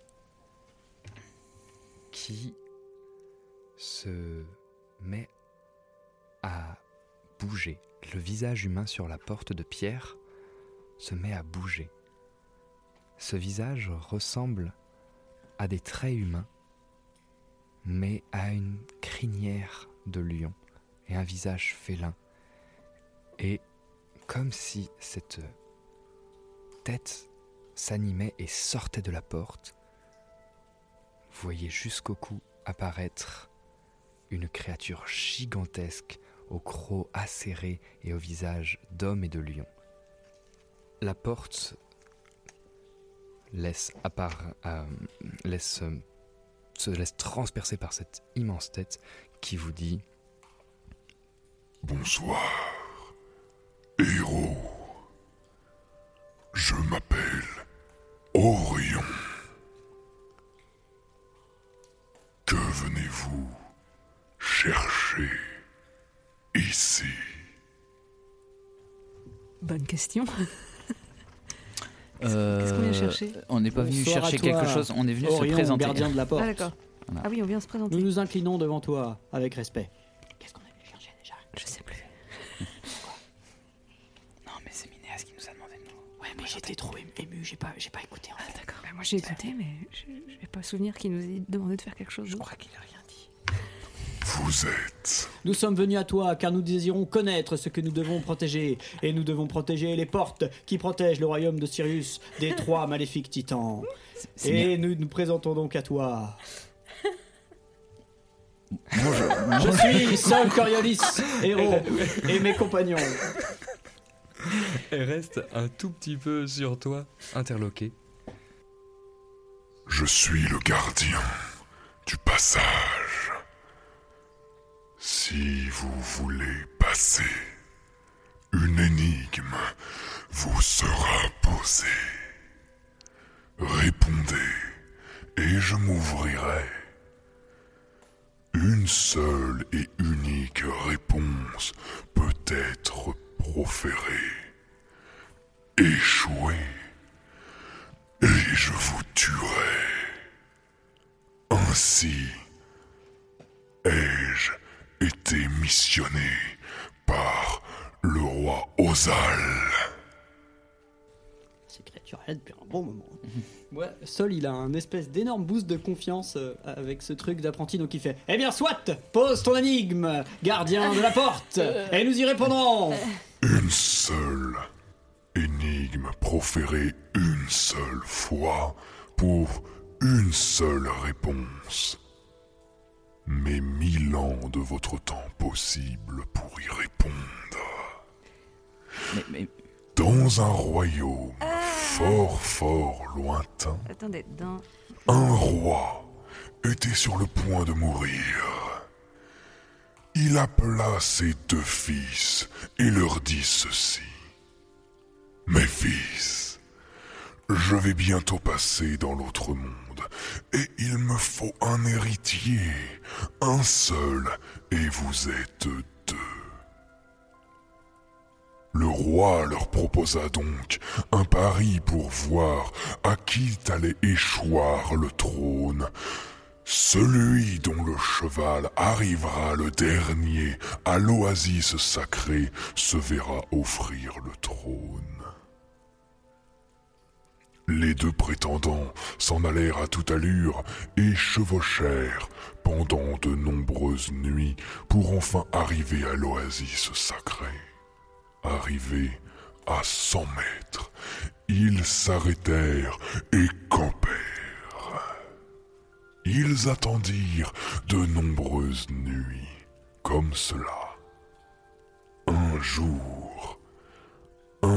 qui se met à bouger. Le visage humain sur la porte de pierre se met à bouger. Ce visage ressemble à des traits humains, mais à une crinière de lion et un visage félin. Et comme si cette tête s'animait et sortait de la porte, vous voyez jusqu'au cou apparaître une créature gigantesque au croc acéré et au visage d'homme et de lion. La porte se laisse transpercer par cette immense tête qui vous dit « Bonsoir, héros. Je m'appelle Orion. Que venez-vous chercher ici ?» Bonne question. Qu'est-ce qu'on vient chercher? On n'est pas venu Bonsoir chercher à toi, quelque chose, on est venu Orion, se présenter. Gardien de la porte. Ah d'accord. Voilà. Ah oui, on vient se présenter. Nous nous inclinons devant toi avec respect. Qu'est-ce qu'on est venu chercher déjà? Je sais plus. Non, mais c'est Minéas qui nous a demandé de nous. Ouais, mais j'étais trop ému, j'ai pas écouté en fait. D'accord. Moi j'ai écouté, mais je n'ai pas souvenir qu'il nous ait demandé de faire quelque chose. Je crois qu'il a rien dit. Vous êtes Nous sommes venus à toi car nous désirons connaître ce que nous devons protéger. Et nous devons protéger les portes qui protègent le royaume de Sirius des 3 maléfiques titans. Et nous nous présentons donc à toi. Je suis Sol Coriolis, héros, et mes compagnons. Elle reste un tout petit peu sur toi, interloqué. Je suis le gardien du passage. Si vous voulez passer, une énigme vous sera posée. Répondez et je m'ouvrirai. Une seule et unique réponse peut être proférée. Échouez et je vous tuerai. Ainsi ai-je été missionné par le roi Ozal. Ces créatures là depuis un bon moment. Ouais, Sol, il a un espèce d'énorme boost de confiance avec ce truc d'apprenti, donc il fait « Eh bien, soit, pose ton énigme, gardien de la porte, et nous y répondrons !» Une seule énigme proférée une seule fois pour une seule réponse. Mais 1000 ans de votre temps possible pour y répondre. Mais... Dans un royaume fort lointain, Attendez, un roi était sur le point de mourir. Il appela ses 2 fils et leur dit ceci. « Mes fils, je vais bientôt passer dans l'autre monde et il me faut un héritier, un seul, et vous êtes 2. » Le roi leur proposa donc un pari pour voir à qui allait échoir le trône. Celui dont le cheval arrivera le dernier à l'oasis sacrée se verra offrir le trône. Les 2 prétendants s'en allèrent à toute allure et chevauchèrent pendant de nombreuses nuits pour enfin arriver à l'oasis sacrée. Arrivés à 100 mètres, ils s'arrêtèrent et campèrent. Ils attendirent de nombreuses nuits, comme cela. Un jour,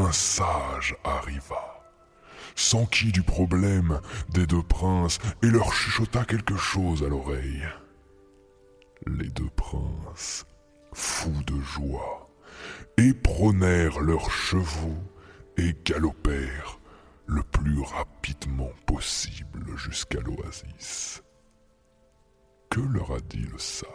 un sage arriva, s'enquit du problème des deux princes et leur chuchota quelque chose à l'oreille. Les deux princes, fous de joie, éperonnèrent leurs chevaux et galopèrent le plus rapidement possible jusqu'à l'oasis. Que leur a dit le sage?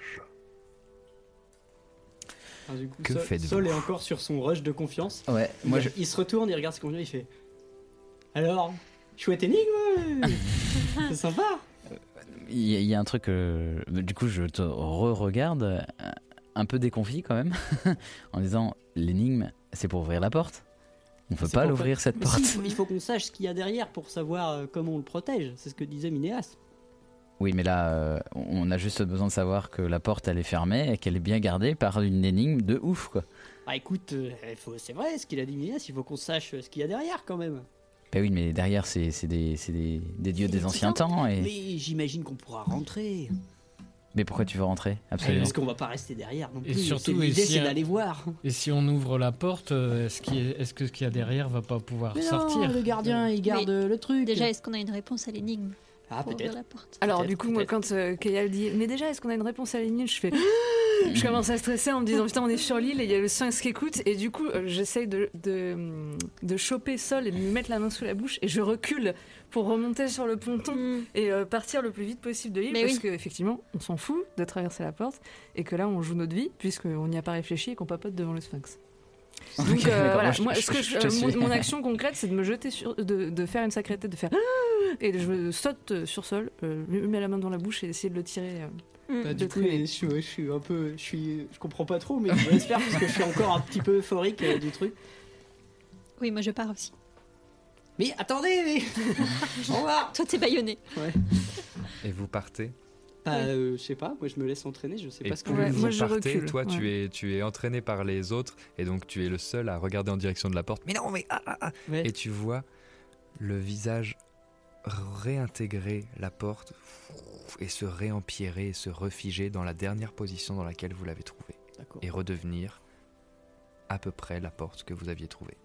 Alors, du coup, Que faites-vous? Sol est encore sur son rush de confiance. Ouais, moi il se retourne, il regarde ce qu'on vient, il fait alors, chouette énigme. C'est sympa. Il y a un truc, du coup je te regarde un peu déconfit quand même, en disant l'énigme c'est pour ouvrir la porte. On peut pas l'ouvrir cette porte. Si, il faut qu'on sache ce qu'il y a derrière pour savoir comment on le protège, c'est ce que disait Minéas. Oui, mais là, on a juste besoin de savoir que la porte elle est fermée et qu'elle est bien gardée par une énigme de ouf quoi. Ah écoute, c'est vrai ce qu'il a dit Minéas, il faut qu'on sache ce qu'il y a derrière quand même. Bah oui, mais derrière c'est des dieux des anciens temps et... Mais j'imagine qu'on pourra rentrer. Mais pourquoi tu veux rentrer? Absolument. Parce qu'on va pas rester derrière non plus. Et surtout, l'idée c'est d'aller voir. Et si on ouvre la porte, est-ce que ce qu'il y a derrière va pas pouvoir sortir? Non, le gardien il garde le truc. Déjà, est-ce qu'on a une réponse à l'énigme? Ah, pour ouvrir peut-être. la porte. Alors du coup, moi, quand Kayal dit « Mais déjà, est-ce qu'on a une réponse à l'énigme ?» Je fais je commence à stresser en me disant « Putain, on est sur l'île et il y a le sphinx qui écoute. » Et du coup, j'essaye de choper Sol et de lui mettre la main sous la bouche et je recule pour remonter sur le ponton et partir le plus vite possible de l'île. Parce qu'effectivement, on s'en fout de traverser la porte et que là, on joue notre vie puisqu'on n'y a pas réfléchi et qu'on papote devant le sphinx. Donc Okay, voilà, moi, mon action concrète, c'est de me jeter de faire une sacrée tête, de faire et je saute sur Sol, lui mets la main dans la bouche et essayer de le tirer. Du coup, je comprends pas trop, mais je l'espère parce que je suis encore un petit peu euphorique du truc. Oui, moi je pars aussi. Mais attendez, au revoir. Toi t'es bâillonné. Ouais. Et vous partez? Je sais pas, moi je me laisse entraîner, je sais et pas ce que plus moi vous je partez, recule. toi tu es entraîné par les autres et donc tu es le seul à regarder en direction de la porte. Mais non, mais Ouais. Et tu vois le visage réintégrer la porte et se réempirer et se refiger dans la dernière position dans laquelle vous l'avez trouvée. D'accord. Et redevenir à peu près la porte que vous aviez trouvée.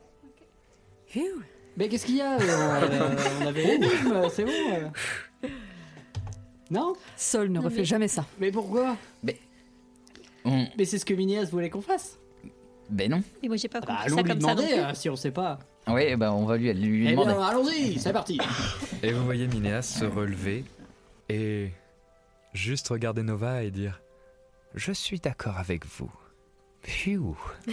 Mais qu'est-ce qu'il y a on avait l'énigme, c'est bon. Non, Sol ne refait jamais ça. mais pourquoi? Mais c'est ce que Minéas voulait qu'on fasse. Ben non. Et moi j'ai pas compris Allons ça lui comme ça non demander plus. si on sait pas. Oui, ben on va lui Eh demander. bien, allons-y, c'est parti. Et vous voyez Minéas se relever et juste regarder Nova et dire « Je suis d'accord avec vous. Phew.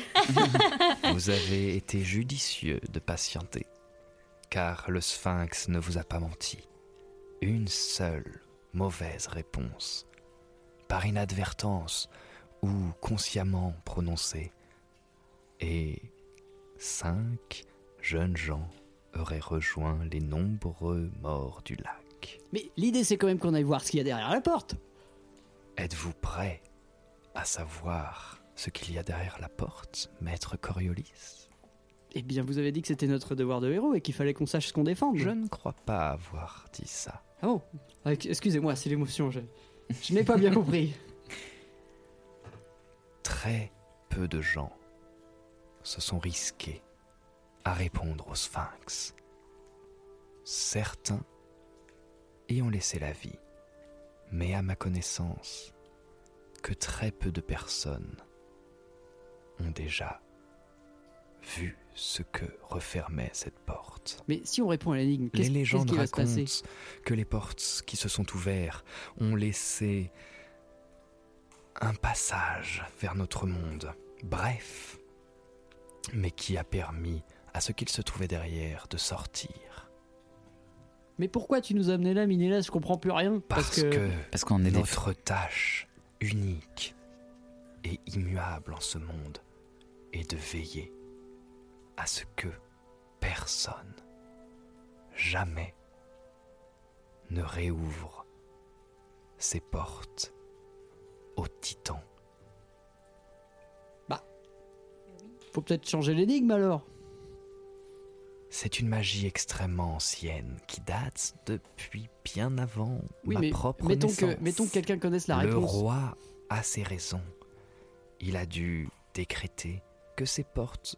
Vous avez été judicieux de patienter, car le sphinx ne vous a pas menti. Une seule mauvaise réponse, par inadvertance ou consciemment prononcée, et 5 jeunes gens auraient rejoint les nombreux morts du lac. Mais l'idée c'est quand même qu'on aille voir ce qu'il y a derrière la porte. Êtes-vous prêt à savoir ce qu'il y a derrière la porte, maître Coriolis? Eh bien, vous avez dit que c'était notre devoir de héros et qu'il fallait qu'on sache ce qu'on défende. Je ne crois pas avoir dit ça. Ah bon? Excusez-moi, c'est l'émotion, je n'ai pas bien compris. Très peu de gens se sont risqués à répondre au sphinx. Certains y ont laissé la vie, mais à ma connaissance, que très peu de personnes ont déjà vu ce que refermait cette porte. Mais si on répond à l'énigme, Les qu'est-ce légendes qui va se passer? racontent que les portes qui se sont ouvertes ont laissé un passage vers notre monde. Bref, mais qui a permis à ce qu'il se trouvait derrière de sortir. Mais pourquoi tu nous as amenés là, Minélas? Je comprends plus rien. Parce qu'on est notre tâche unique et immuable en ce monde est de veiller à ce que personne, jamais, ne réouvre ses portes aux titans. Faut peut-être changer l'énigme alors. C'est une magie extrêmement ancienne qui date depuis bien avant Oui, ma mais propre mettons naissance. que quelqu'un connaisse la Le réponse. roi a ses raisons. Il a dû décréter que ces portes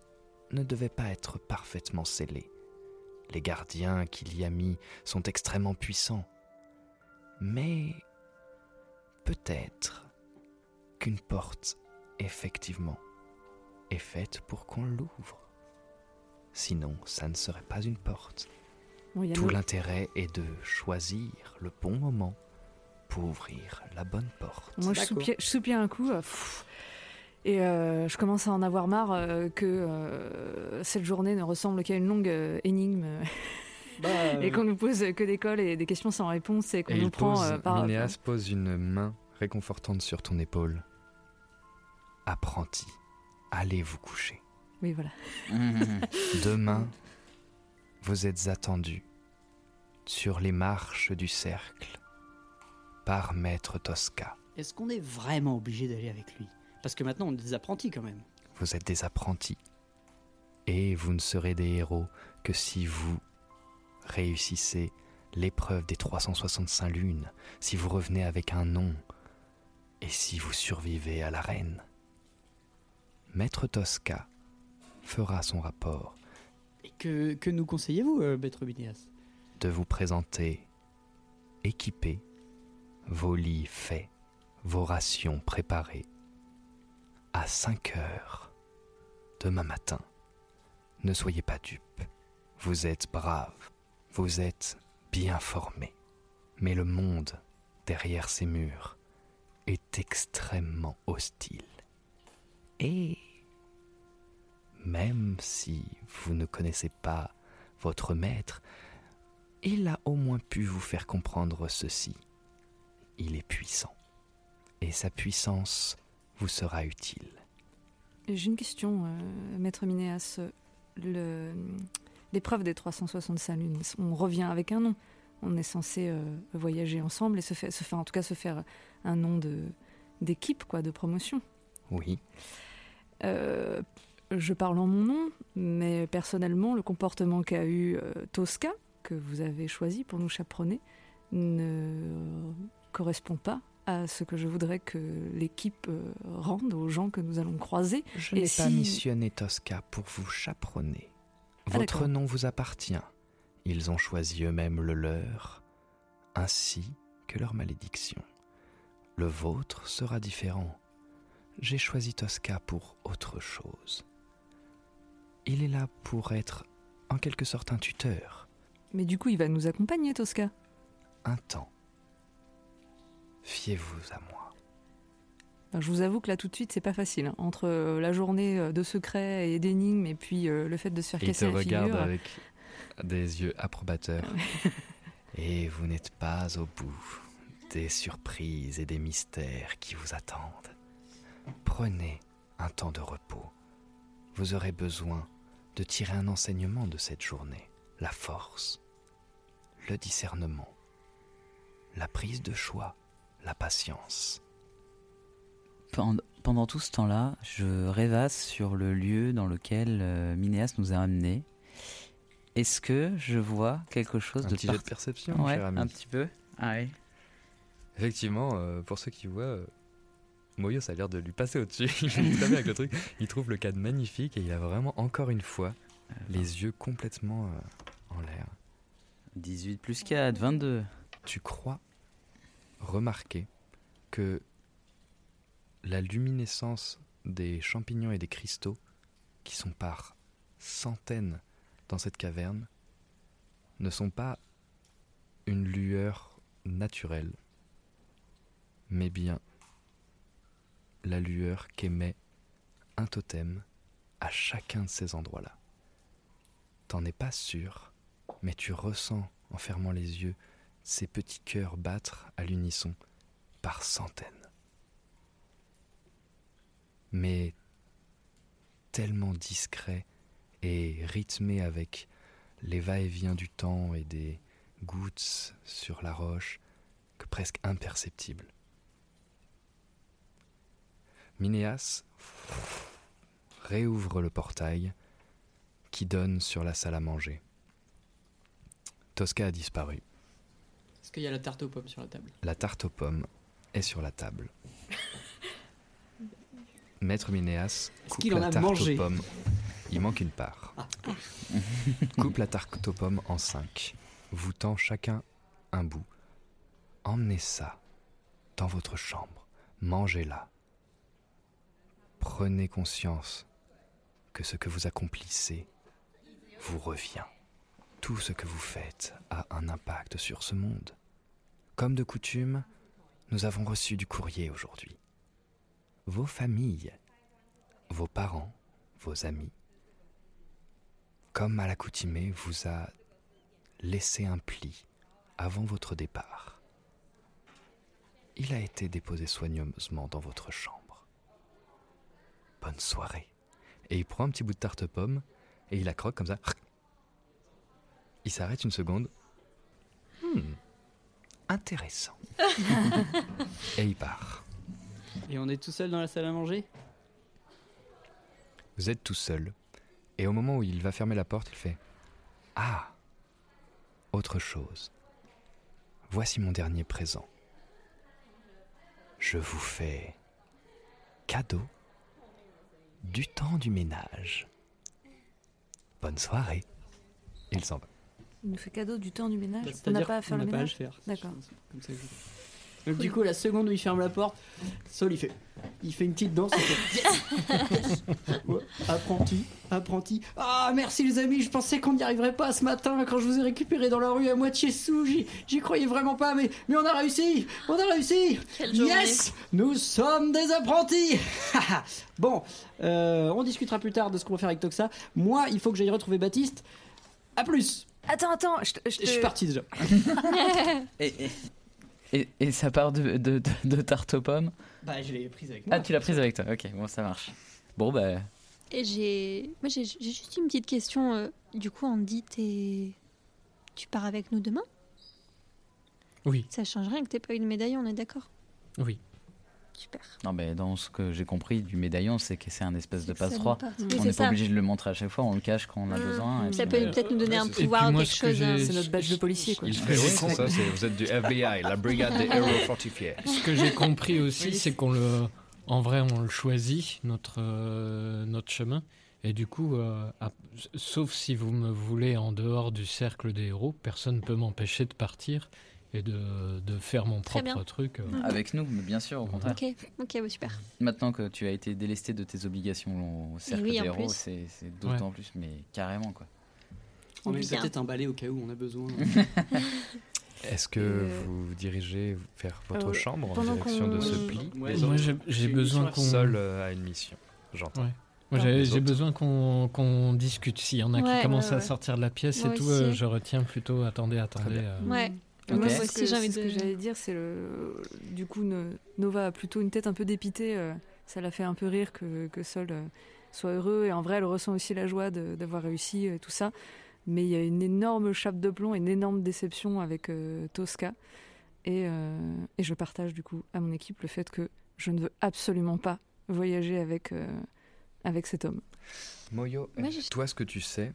ne devait pas être parfaitement scellé. Les gardiens qu'il y a mis sont extrêmement puissants. Mais peut-être qu'une porte, effectivement, est faite pour qu'on l'ouvre. Sinon, ça ne serait pas une porte. Bon, Tout l'intérêt est de choisir le bon moment pour ouvrir la bonne porte. Moi, je soupire un coup. Et je commence à en avoir marre que cette journée ne ressemble qu'à une longue énigme. Et qu'on nous pose que des cols et des questions sans réponse et qu'on nous prend par... Minéas pose une main réconfortante sur ton épaule. Apprenti, allez vous coucher. Oui, voilà. Demain, vous êtes attendus sur les marches du cercle par Maître Tosca. Est-ce qu'on est vraiment obligé d'aller avec lui ? Parce que maintenant, on est des apprentis quand même. Vous êtes des apprentis. Et vous ne serez des héros que si vous réussissez l'épreuve des 365 lunes, si vous revenez avec un nom, et si vous survivez à l'arène. Maître Tosca fera son rapport. Et que nous conseillez-vous, Maître Minéas ? De vous présenter équipé, vos lits faits, vos rations préparées, à 5 heures demain matin. Ne soyez pas dupes, vous êtes braves, vous êtes bien formés, mais le monde derrière ces murs est extrêmement hostile. Et même si vous ne connaissez pas votre maître, il a au moins pu vous faire comprendre ceci. Il est puissant, et sa puissance vous sera utile. J'ai une question, Maître Minéas. L'épreuve des 365 lunes, on revient avec un nom. On est censé voyager ensemble et se faire un nom d'équipe, quoi, de promotion. Oui. Je parle en mon nom, mais personnellement, le comportement qu'a eu Tosca, que vous avez choisi pour nous chaperonner, ne correspond pas à ce que je voudrais que l'équipe rende aux gens que nous allons croiser. Je n'ai pas missionné Tosca pour vous chaperonner. Votre nom vous appartient. Ils ont choisi eux-mêmes le leur, ainsi que leur malédiction. Le vôtre sera différent. J'ai choisi Tosca pour autre chose. Il est là pour être, en quelque sorte, un tuteur. Mais du coup, il va nous accompagner, Tosca. Un temps. Fiez-vous à moi. Ben, je vous avoue que là, tout de suite, c'est pas facile. Hein. Entre la journée de secrets et d'énigmes et puis le fait de se faire casser la figure... Il te regarde avec des yeux approbateurs. Et vous n'êtes pas au bout des surprises et des mystères qui vous attendent. Prenez un temps de repos. Vous aurez besoin de tirer un enseignement de cette journée. La force, le discernement, la prise de choix, la patience. Pendant tout ce temps-là, je rêvasse sur le lieu dans lequel Minéas nous a amenés. Est-ce que je vois quelque chose un de... petit jeu de perception, ouais, cher ami. Un petit peu. Ah oui. Effectivement, pour ceux qui voient, Moyo, ça a l'air de lui passer au-dessus. Il est très bien avec le truc. Il trouve le cadre magnifique et il a vraiment, encore une fois, les yeux complètement en l'air. 18 plus 4, 22. Tu crois remarquer que la luminescence des champignons et des cristaux, qui sont par centaines dans cette caverne, ne sont pas une lueur naturelle, mais bien la lueur qu'émet un totem à chacun de ces endroits-là. T'en es pas sûr, mais tu ressens, en fermant les yeux, ces petits cœurs battre à l'unisson par centaines. Mais tellement discret et rythmé avec les va-et-vient du temps et des gouttes sur la roche que presque imperceptible. Minéas réouvre le portail qui donne sur la salle à manger. Tosca a disparu. Est-ce qu'il y a la tarte aux pommes sur la table ? La tarte aux pommes est sur la table. Maître Minéas coupe la tarte aux pommes Il manque une part. Coupe la tarte aux pommes en 5. Vous tend chacun un bout. Emmenez ça dans votre chambre. Mangez-la. Prenez conscience que ce que vous accomplissez vous revient. Tout ce que vous faites a un impact sur ce monde. Comme de coutume, nous avons reçu du courrier aujourd'hui. Vos familles, vos parents, vos amis, comme à l'accoutumée, vous a laissé un pli avant votre départ. Il a été déposé soigneusement dans votre chambre. Bonne soirée. Et il prend un petit bout de tarte pomme et il la croque comme ça. Il s'arrête une seconde. Intéressant. Et il part. Et on est tout seul dans la salle à manger? Vous êtes tout seul. Et au moment où il va fermer la porte, il fait « Ah, autre chose. Voici mon dernier présent. Je vous fais cadeau du temps du ménage. Bonne soirée. » Il s'en va. Il nous fait cadeau du temps du ménage. Bah, On n'a pas à faire on le n'a pas à ménage. le faire. D'accord. Comme ça, donc du coup, la seconde où il ferme la porte, Saul il fait une petite danse. Il fait ouais, apprenti. Ah merci les amis, je pensais qu'on n'y arriverait pas ce matin quand je vous ai récupéré dans la rue à moitié sous. J'y croyais vraiment pas, mais on a réussi. Quelle journée. Yes, nous sommes des apprentis. Bon, on discutera plus tard de ce qu'on va faire avec Toxa. Moi, il faut que j'aille retrouver Baptiste. À plus. Attends, Je suis parti déjà. Et ça part de tarte aux pommes? Bah, je l'ai prise avec moi. Ah, tu l'as prise avec toi, ok, bon, ça marche. Bon, bah. Et j'ai juste une petite question. Du coup, Andy, tu pars avec nous demain? Oui. Ça change rien que t'aies pas eu de médaille, on est d'accord? Oui. Super. Non, mais dans ce que j'ai compris du médaillon, c'est que c'est un espèce de que ça passe-droit. vaut pas. Oui, On c'est n'est pas ça. obligé de le montrer à chaque fois, on le cache quand on a besoin. Ça peut peut-être nous donner un pouvoir ou quelque chose. C'est notre badge de policier, quoi. Il fait c'est ça, vous êtes du FBI, la brigade des héros fortifiés. Ce que j'ai compris aussi, c'est qu'on en vrai, on le choisit, notre chemin. Et du coup, sauf si vous me voulez en dehors du cercle des héros, personne ne peut m'empêcher de partir et de faire mon Très propre bien. truc. Avec nous, mais bien sûr, au contraire. Ok, bah, super. Maintenant que tu as été délesté de tes obligations au cercle oui, des en héros, plus. c'est d'autant plus, mais carrément, quoi. On met Bien. peut-être un balai au cas où on a besoin. Est-ce que vous dirigez vers votre chambre en pendant direction de ce qu'on- pli? Ouais, Les Moi, autres j'ai besoin qu'on... Seul à une mission, j'entends. Ouais. Moi, Les j'ai autres. besoin qu'on discute. S'il y en a Ouais, qui commencent ouais. à sortir de la pièce Moi et tout, aussi. je retiens plutôt. Attendez. Ouais. Ok. Moi C'est aussi, j'ai envie ce de. que j'allais dire, c'est du coup, Nova a plutôt une tête un peu dépitée. Ça la fait un peu rire que Sol soit heureux. Et en vrai, elle ressent aussi la joie d'avoir réussi et tout ça. Mais il y a une énorme chape de plomb, une énorme déception avec Tosca. Et je partage du coup à mon équipe le fait que je ne veux absolument pas voyager avec cet homme. Moyo, Moi, toi, ce que tu sais...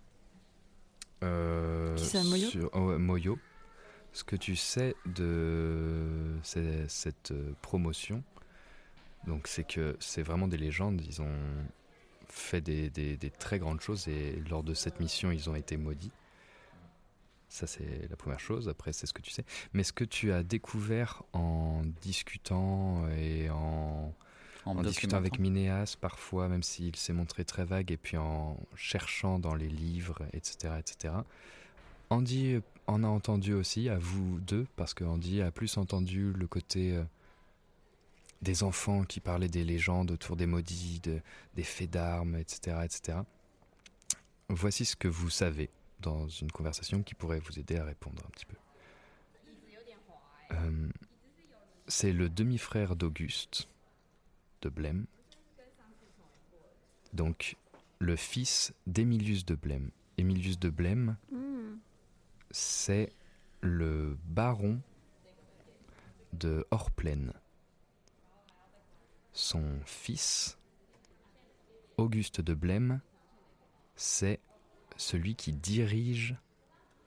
Qui c'est, Moyo Moyo, ce que tu sais de cette promotion, donc c'est que c'est vraiment des légendes, ils ont fait des très grandes choses et lors de cette mission, ils ont été maudits. Ça, c'est la première chose. Après, c'est ce que tu sais. Mais ce que tu as découvert en discutant et en discutant avec Minéas, parfois, même s'il s'est montré très vague, et puis en cherchant dans les livres, etc., etc. Andy en a entendu aussi, à vous deux, parce que Andy a plus entendu le côté des enfants qui parlaient des légendes autour des maudits, des faits d'armes, etc., etc. Voici ce que vous savez dans une conversation qui pourrait vous aider à répondre un petit peu. C'est le demi-frère d'Auguste de Blême, donc le fils d'Émilius de Blême. Émilius de Blême, c'est le baron de Orplaine. Son fils, Auguste de Blême, c'est celui qui dirige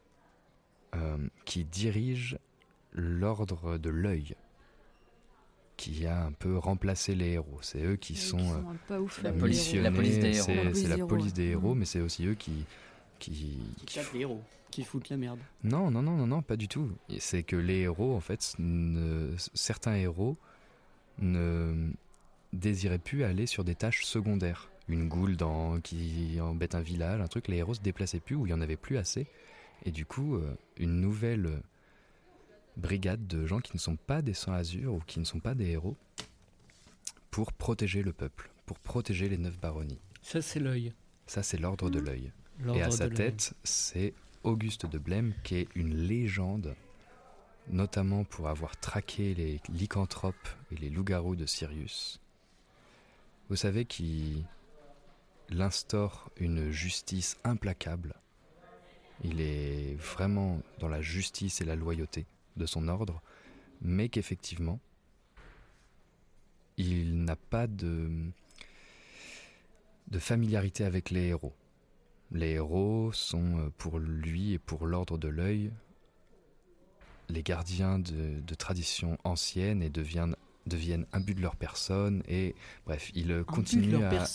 l'ordre de l'œil, qui a un peu remplacé les héros. C'est eux qui sont pas ouf, la police des héros. C'est la police des héros, mais c'est aussi eux qui tapent les héros, qui foutent la merde. Non, pas du tout. C'est que les héros, en fait, certains héros ne désiraient plus aller sur des tâches secondaires. Une goule qui embête un village, un truc, les héros se déplaçaient plus ou il y en avait plus assez. Et du coup, une nouvelle brigade de gens qui ne sont pas des sans-azur ou qui ne sont pas des héros pour protéger le peuple, pour protéger les 9 baronnies. Ça, c'est l'œil. Ça, c'est l'ordre de l'œil. L'ordre Et à sa de tête, c'est Auguste de Blême, qui est une légende, notamment pour avoir traqué les lycanthropes et les loups-garous de Sirius. Vous savez qu'il instaure une justice implacable. Il est vraiment dans la justice et la loyauté de son ordre, mais qu'effectivement, il n'a pas de familiarité avec les héros. Les héros sont, pour lui et pour l'ordre de l'œil, les gardiens de traditions anciennes et deviennent imbus de leur personne. Et bref, il continue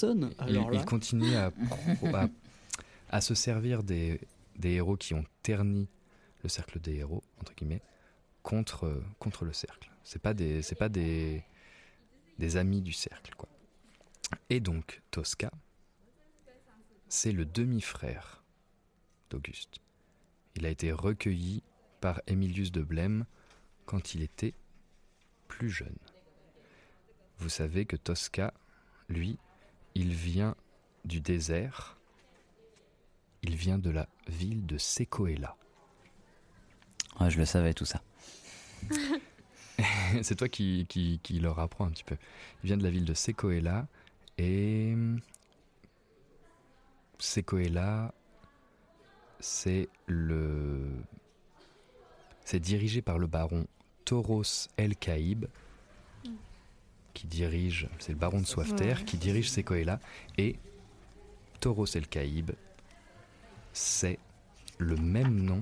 à se servir des héros qui ont terni le cercle des héros, entre guillemets, contre le cercle. C'est pas des amis du cercle, quoi. Et donc, Tosca, c'est le demi-frère d'Auguste. Il a été recueilli par Emilius de Blême quand il était plus jeune. Vous savez que Tosca, lui, il vient du désert. Il vient de la ville de Secoela. Ouais, je le savais tout ça. C'est toi qui leur apprends un petit peu. Il vient de la ville de Secoela et Secoela, c'est dirigé par le baron Toros El-Kaïb, c'est le baron de Soifter qui dirige Secoela, et Toros El-Kaïb, c'est le même nom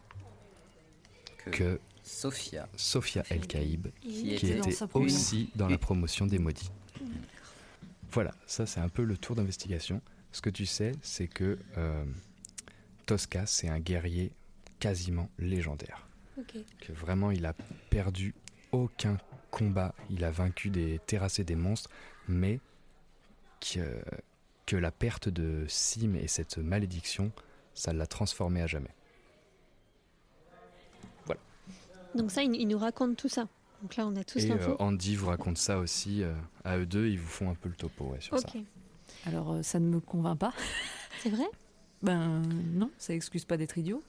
que Sophia El-Kaïb, qui était aussi dans la promotion des maudits. Voilà, ça c'est un peu le tour d'investigation. Ce que tu sais, c'est que Tosca, c'est un guerrier quasiment légendaire. Okay. Que vraiment, il a perdu aucun combat. Il a terrassé des monstres, mais que la perte de Sim et cette malédiction, ça l'a transformé à jamais. Voilà. Donc ça, il nous raconte tout ça. Donc là, on a tous l'info. Et Andy vous raconte ça aussi à eux deux. Ils vous font un peu le topo sur ça. Alors, ça ne me convainc pas. C'est vrai ? Ben non, ça excuse pas d'être idiot.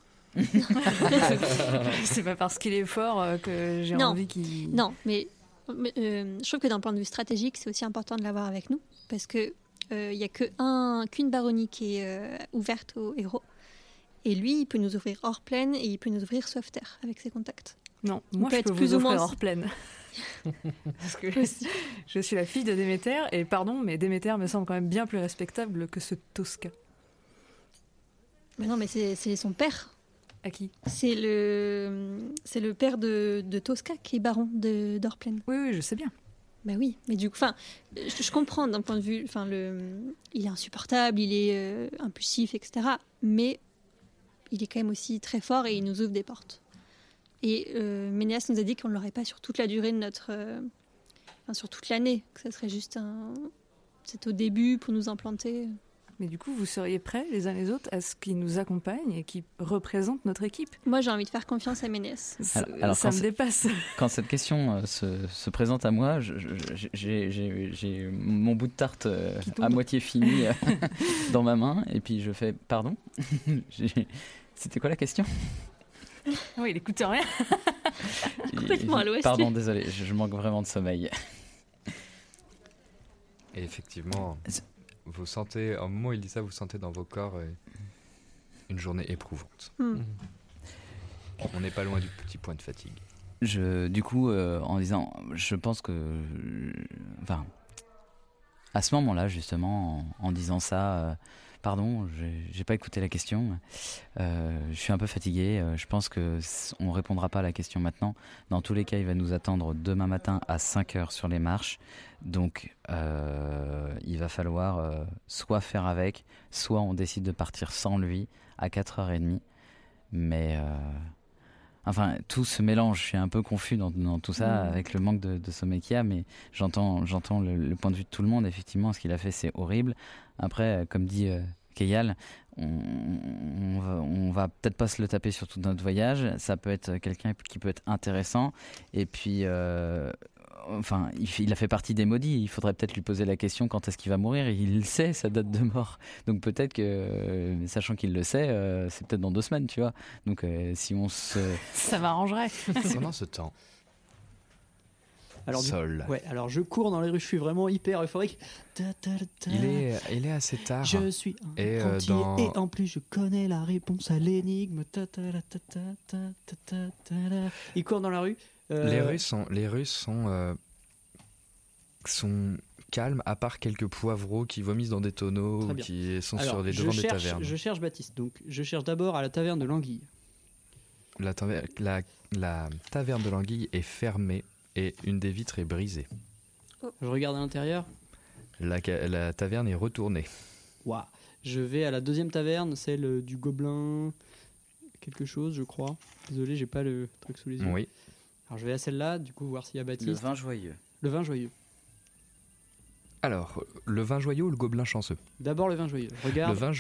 C'est pas parce qu'il est fort que j'ai envie qu'il... Non, mais je trouve que d'un point de vue stratégique, c'est aussi important de l'avoir avec nous. Parce qu'il n'y a qu'une baronnie qui est ouverte aux héros. Et lui, il peut nous ouvrir Hors-Plaine et il peut nous ouvrir Soifter avec ses contacts. Non, moi je peux vous offrir Hors-Plaine. Parce que je suis la fille de Déméter, et pardon, mais Déméter me semble quand même bien plus respectable que ce Tosca. Mais non, mais c'est son père. À qui ? C'est le père de Tosca qui est baron d'Hors-Plaine. Oui, je sais bien. Bah oui, mais du coup, je comprends d'un point de vue, il est insupportable, il est impulsif, etc. Mais il est quand même aussi très fort et il nous ouvre des portes. Et Ménéas nous a dit qu'on ne l'aurait pas sur toute la durée de notre... sur toute l'année, que ça serait juste c'est au début pour nous implanter. Mais du coup, vous seriez prêts les uns les autres à ce qu'il nous accompagne et qu'il représente notre équipe ? Moi, j'ai envie de faire confiance à Ménéas. Alors ça me dépasse. Quand cette question se présente à moi, j'ai mon bout de tarte à moitié fini dans ma main, et puis je fais « Pardon ?» C'était quoi la question ? Oui, il écoute rien. Complètement à l'ouest. Pardon, désolé, je manque vraiment de sommeil. Et effectivement, vous sentez, au moment où il dit ça, vous sentez dans vos corps une journée éprouvante. On n'est pas loin du petit point de fatigue. Du coup, en disant, je pense que... à ce moment-là, justement, en disant ça, Pardon, j'ai pas écouté la question. Je suis un peu fatigué. Je pense qu'on répondra pas à la question maintenant. Dans tous les cas, il va nous attendre demain matin à 5h sur les marches. Donc, il va falloir soit faire avec, soit on décide de partir sans lui à 4h30. Mais... Enfin, tout se mélange. Je suis un peu confus dans tout ça avec le manque de sommeil qu'il y a, mais j'entends le point de vue de tout le monde. Effectivement, ce qu'il a fait, c'est horrible. Après, comme dit Keyal, on va peut-être pas se le taper sur tout notre voyage. Ça peut être quelqu'un qui peut être intéressant. Et puis, enfin, il a fait partie des maudits. Il faudrait peut-être lui poser la question quand est-ce qu'il va mourir. Il le sait, sa date de mort. Donc peut-être que, sachant qu'il le sait, c'est peut-être dans 2 semaines, tu vois. Donc si on se... Ça m'arrangerait. Pendant ce temps, Alors, Sol. Ouais, alors je cours dans les rues, je suis vraiment hyper euphorique. Il est assez tard. Je suis un et rentier et en plus je connais la réponse à l'énigme. Il court dans la rue. Les rues sont calmes, à part quelques poivreaux qui vomissent dans des tonneaux, qui sont sur les devants des tavernes. Je cherche Baptiste, donc je cherche d'abord à la taverne de l'Anguille. La taverne de l'Anguille est fermée et une des vitres est brisée. Je regarde à l'intérieur. La taverne est retournée. Waouh. Je vais à la deuxième taverne, celle du Gobelin quelque chose, je crois. Désolé, j'ai pas le truc sous les yeux. Oui. Alors je vais à celle-là, du coup voir s'il y a Baptiste. Le vin joyeux. Le vin joyeux. Alors, le vin joyeux ou le gobelin chanceux? D'abord le vin joyeux. Regarde. Le vin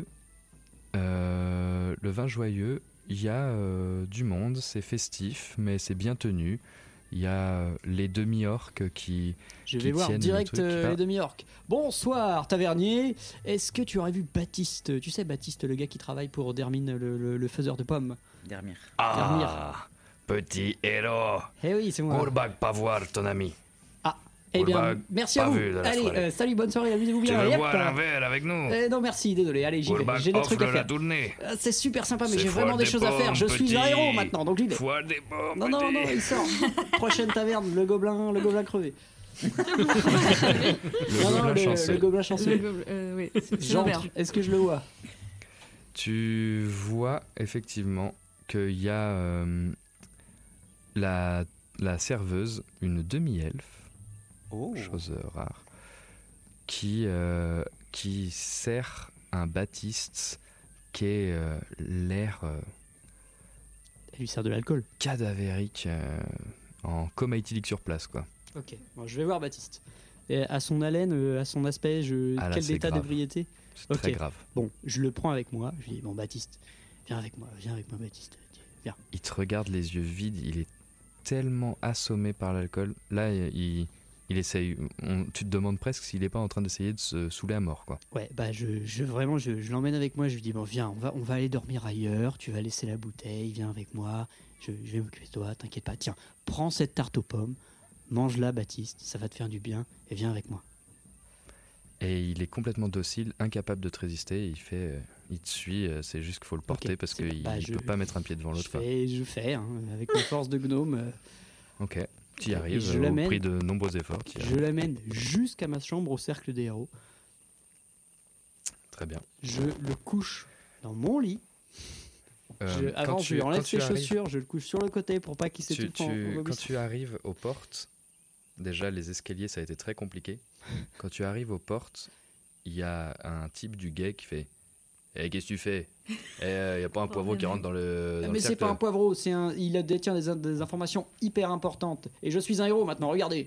joyeux, il y a du monde, c'est festif, mais c'est bien tenu. Il y a les demi-orques qui Je vais voir direct les demi-orques. Bonsoir, tavernier. Est-ce que tu aurais vu Baptiste? Tu sais, Baptiste, le gars qui travaille pour Dermine, le faiseur de pommes. Dermire. Ah, petit héros. Eh oui, c'est moi. Courbag, pas voir ton ami. Eh bien, merci à vous. Allez, salut, bonne soirée, amusez-vous bien. Tu veux Hop. boire un verre avec nous? Non, merci, désolé. Allez, j'y vais. J'ai des trucs à faire. C'est super sympa, mais j'ai vraiment des choses à faire. Je suis un héros maintenant, donc j'y vais. Non, il sort. Prochaine taverne, le gobelin crevé. Le gobelin chanceux. Oui, J'entre. Est-ce que je le vois? Tu vois effectivement qu'il y a la serveuse, une demi-elfe, chose rare, qui sert un Baptiste qui est l'air... Elle lui sert de l'alcool. Cadavérique, en coma éthylique sur place, quoi. Ok, bon, je vais voir Baptiste. Et à son haleine, à son aspect, quel état d'ébriété? C'est très grave. Bon, je le prends avec moi. Je lui dis, bon Baptiste, viens avec moi Baptiste. Viens. Il te regarde les yeux vides, il est tellement assommé par l'alcool. Là, il essaye. Tu te demandes presque s'il n'est pas en train d'essayer de se saouler à mort, quoi. Ouais, bah je l'emmène avec moi. Je lui dis, bon viens, on va aller dormir ailleurs. Tu vas laisser la bouteille, viens avec moi. Je vais m'occuper de toi, t'inquiète pas. Tiens, prends cette tarte aux pommes, mange-la Baptiste, ça va te faire du bien et viens avec moi. Et il est complètement docile, incapable de te résister. Il te suit. C'est juste qu'il faut le porter parce qu'il ne peut pas mettre un pied devant l'autre. Je fais, avec ma force de gnome. Ok, tu y arrives au prix de nombreux efforts. Je l'amène jusqu'à ma chambre au cercle des héros. Très bien. Je le couche dans mon lit. Avant, je lui enlève ses chaussures, je le couche sur le côté pour pas qu'il s'étouffe. Quand tu arrives aux portes, déjà les escaliers ça a été très compliqué. Quand tu arrives aux portes, il y a un type du guet qui fait qu'est-ce que tu fais? Il n'y a pas un poivreau qui rentre dans le Mais c'est pas un poivreau, il détient des informations hyper importantes. Et je suis un héros maintenant, regardez.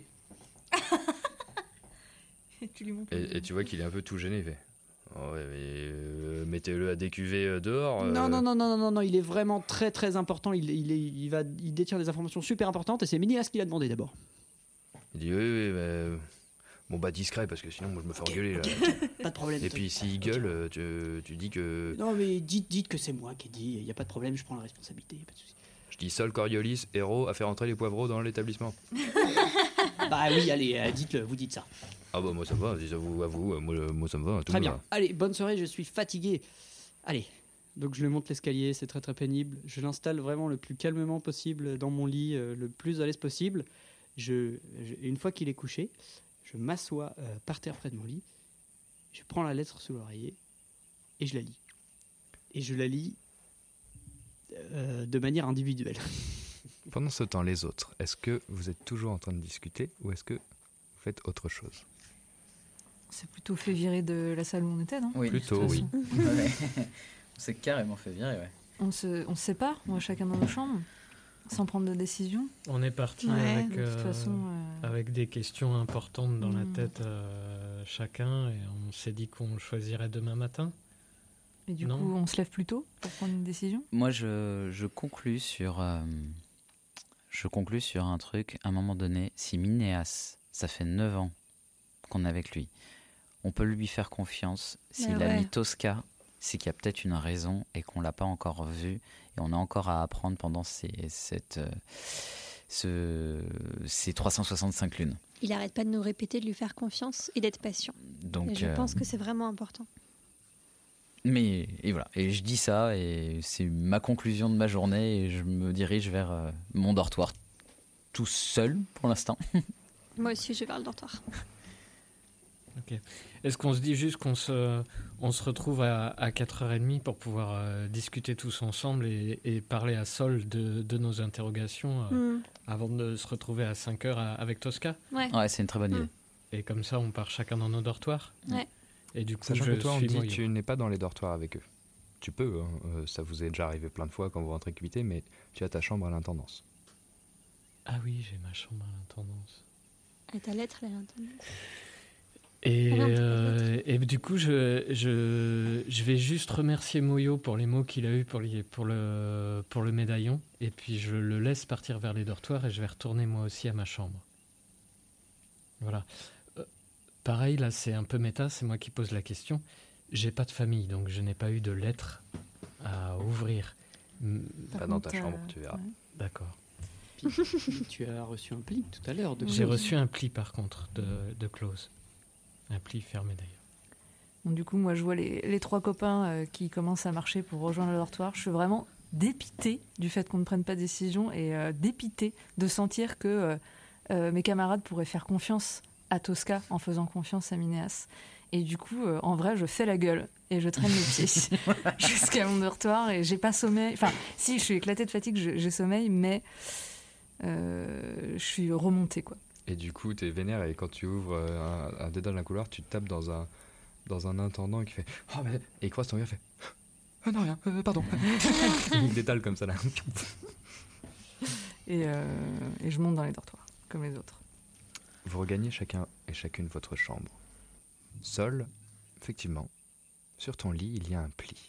Et tu vois qu'il est un peu tout gêné. Il fait mettez-le à décuver dehors. Non, il est vraiment très très important. Il détient des informations super importantes et c'est Minéas qui l'a demandé d'abord. Il dit oui, mais bon bah discret parce que sinon moi je me fais engueuler là. Pas de problème. Et puis s'il gueule, tu dis que... Non mais dites que c'est moi qui ai dit, il n'y a pas de problème, je prends la responsabilité, pas de souci. Je dis Sol Coriolis, héros, a fait rentrer les poivreaux dans l'établissement. Bah oui, allez, dites-le, vous dites ça. Ah bah moi ça me va, dis à vous, moi ça me va. Très bien, va. Allez, bonne soirée, je suis fatigué. Allez, donc je le monte l'escalier, c'est très très pénible. Je l'installe vraiment le plus calmement possible dans mon lit, le plus à l'aise possible. Une fois qu'il est couché, je m'assois par terre près de mon lit, je prends la lettre sous l'oreiller et je la lis. Et je la lis de manière individuelle. Pendant ce temps, les autres, est-ce que vous êtes toujours en train de discuter ou est-ce que vous faites autre chose ? C'est plutôt fait virer de la salle où on était, non ? Oui, plutôt, de toute oui. façon. Ouais. On s'est carrément fait virer, ouais. On se sépare, on va chacun dans nos chambres, sans prendre de décision. On est parti De toute façon, avec des questions importantes dans la tête chacun et on s'est dit qu'on choisirait demain matin. Et du Non. coup, on se lève plus tôt pour prendre une décision ? Moi, je conclus sur un truc. À un moment donné, si Minéas, ça fait 9 ans qu'on est avec lui, on peut lui faire confiance. S'il a mis Tosca, c'est qu'il y a peut-être une raison et qu'on l'a pas encore vu. Et on a encore à apprendre pendant ces 365 lunes. Il arrête pas de nous répéter de lui faire confiance et d'être patient. Donc, et je pense que c'est vraiment important. Mais et voilà, et je dis ça et c'est ma conclusion de ma journée et je me dirige vers mon dortoir tout seul pour l'instant. Moi aussi, je vais vers le dortoir. Ok. Est-ce qu'on se dit juste qu'on se retrouve à 4h30 pour pouvoir discuter tous ensemble et parler à Sol de nos interrogations avant de se retrouver à 5h avec Tosca ? Ouais, c'est une très bonne idée. Et comme ça, on part chacun dans nos dortoirs ? Ouais. Et du coup, Sachant que toi, on suis dit Moyo. tu n'es pas dans les dortoirs avec eux. Tu peux, hein, ça vous est déjà arrivé plein de fois quand vous rentrez cuité, mais tu as ta chambre à l'intendance. Ah oui, j'ai ma chambre à l'intendance. Et ta lettre, elle est l'intendance. Et du coup, je vais juste remercier Moyo pour les mots qu'il a eus pour le médaillon. Et puis, je le laisse partir vers les dortoirs et je vais retourner moi aussi à ma chambre. Voilà. Pareil, là, c'est un peu méta, c'est moi qui pose la question. J'ai pas de famille, donc je n'ai pas eu de lettre à ouvrir. Pas dans ta chambre, tu verras. Ouais. D'accord. Puis, tu as reçu un pli tout à l'heure. J'ai reçu un pli, par contre, de Klaus. Un pli fermé, d'ailleurs. Bon, du coup, moi, je vois les 3 copains qui commencent à marcher pour rejoindre le dortoir. Je suis vraiment dépitée du fait qu'on ne prenne pas de décision et dépitée de sentir que mes camarades pourraient faire confiance à Tosca en faisant confiance à Minéas. Et du coup, en vrai, je fais la gueule et je traîne mes pieds jusqu'à mon dortoir et j'ai pas sommeil. Enfin, si, je suis éclatée de fatigue, j'ai sommeil, mais je suis remontée, quoi. Et du coup, t'es vénère et quand tu ouvres un dédale d'un couloir, tu tapes dans un intendant qui fait « Oh, mais... » Et il croise ton regard et fait « non, rien, pardon. » Il détale comme ça, là. Et je monte dans les dortoirs, comme les autres. Vous regagnez chacun et chacune votre chambre. Sol, effectivement, sur ton lit, il y a un pli.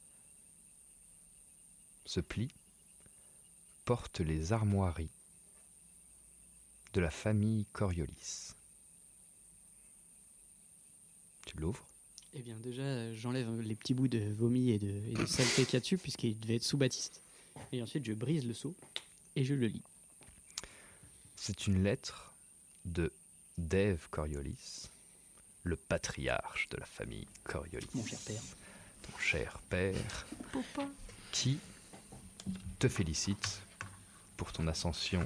Ce pli porte les armoiries de la famille Coriolis. Tu l'ouvres ? Eh bien, déjà, j'enlève les petits bouts de vomi et de saleté qu'il y a dessus, puisqu'il devait être sous Baptiste. Et ensuite, je brise le seau et je le lis. C'est une lettre de Dave Coriolis, le patriarche de la famille Coriolis. Mon cher père. Ton cher père, Papa. qui te félicite pour ton ascension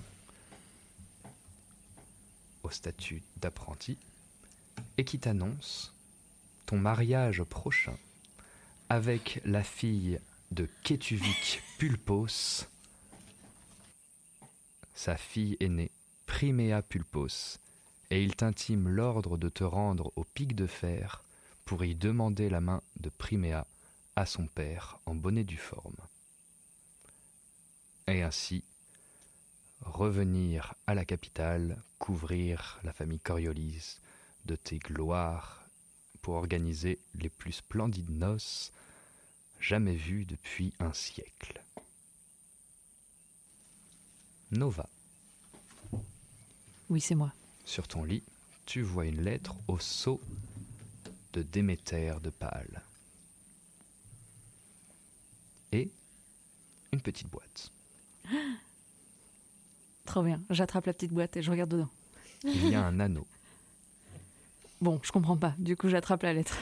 au statut d'apprenti et qui t'annonce ton mariage prochain avec la fille de Ketuvik Pulpos, sa fille aînée, Primea Pulpos, et il t'intime l'ordre de te rendre au pic de fer pour y demander la main de Primea à son père en bonne et due forme. Et ainsi, revenir à la capitale, couvrir la famille Coriolis de tes gloires pour organiser les plus splendides noces jamais vues depuis un siècle. Nova. Oui, c'est moi. Sur ton lit, tu vois une lettre au sceau de Déméter de Pâle. Et une petite boîte. Trop bien. J'attrape la petite boîte et je regarde dedans. Il y a un anneau. Bon, je comprends pas. Du coup, j'attrape la lettre.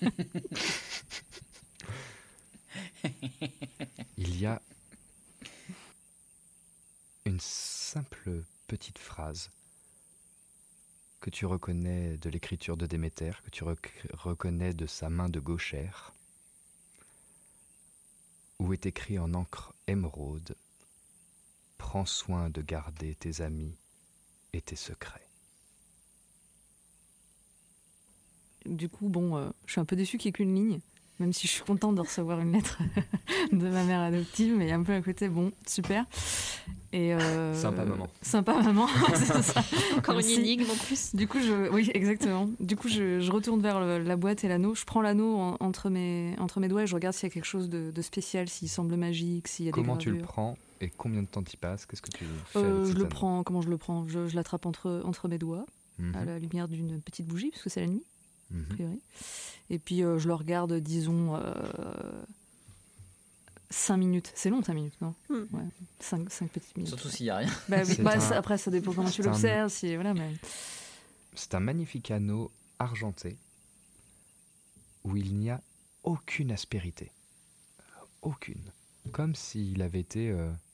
Il y a une simple petite phrase que tu reconnais de l'écriture de Déméter, que tu reconnais de sa main de gauchère. où est écrit en encre émeraude « Prends soin de garder tes amis et tes secrets ». Du coup, je suis un peu déçue qu'il n'y ait qu'une ligne, même si je suis contente de recevoir une lettre de ma mère adoptive, mais un peu à côté, super. Et Sympa maman. Sympa maman, c'est ça. Encore Merci. une énigme en plus. Du coup, oui, exactement. Du coup, je retourne vers la boîte et l'anneau. Je prends l'anneau entre mes doigts et je regarde s'il y a quelque chose de spécial, s'il semble magique, s'il y a Comment des tu le gravures. prends et combien de temps t'y passes? Qu'est-ce que tu fais avec cet anneau? Comment je le prends? Je l'attrape entre mes doigts, à la lumière d'une petite bougie, parce que c'est la nuit, a priori. Et puis, je le regarde, disons... 5 minutes. C'est long, 5 minutes, non? Ouais, 5 petites minutes. Surtout s'il n'y a rien. Bah, oui. Après, ça dépend comment tu l'observes. Mais... C'est un magnifique anneau argenté où il n'y a aucune aspérité. Aucune. Comme s'il avait été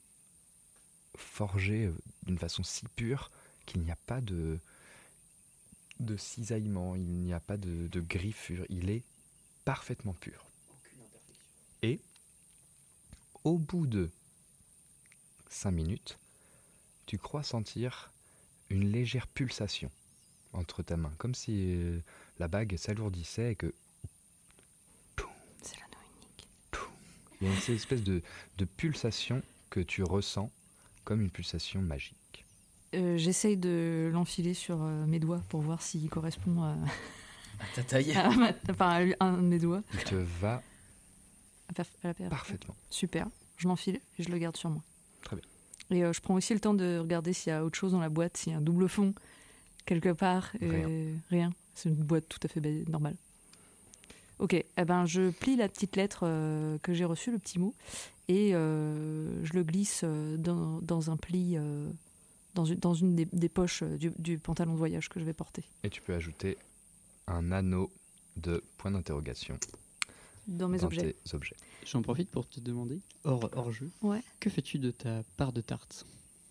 forgé d'une façon si pure qu'il n'y a pas de cisaillement, il n'y a pas de griffure. Il est parfaitement pur. Et au bout de 5 minutes, tu crois sentir une légère pulsation entre ta main, comme si la bague s'alourdissait et que... C'est l'anneau unique. Il y a une espèce de pulsation que tu ressens comme une pulsation magique. J'essaye de l'enfiler sur mes doigts pour voir s'il correspond à ta taille. À un de mes doigts. Il te va à la paire. Parfaitement. Super. Je l'enfile et je le garde sur moi. Très bien. Et je prends aussi le temps de regarder s'il y a autre chose dans la boîte, s'il y a un double fond quelque part. Rien. C'est une boîte tout à fait normale. Ok. Je plie la petite lettre que j'ai reçue, le petit mot, et je le glisse dans un pli, dans une des poches du pantalon de voyage que je vais porter. Et tu peux ajouter un anneau de point d'interrogation dans tes objets. J'en profite pour te demander, hors jeu, que fais-tu de ta part de tarte?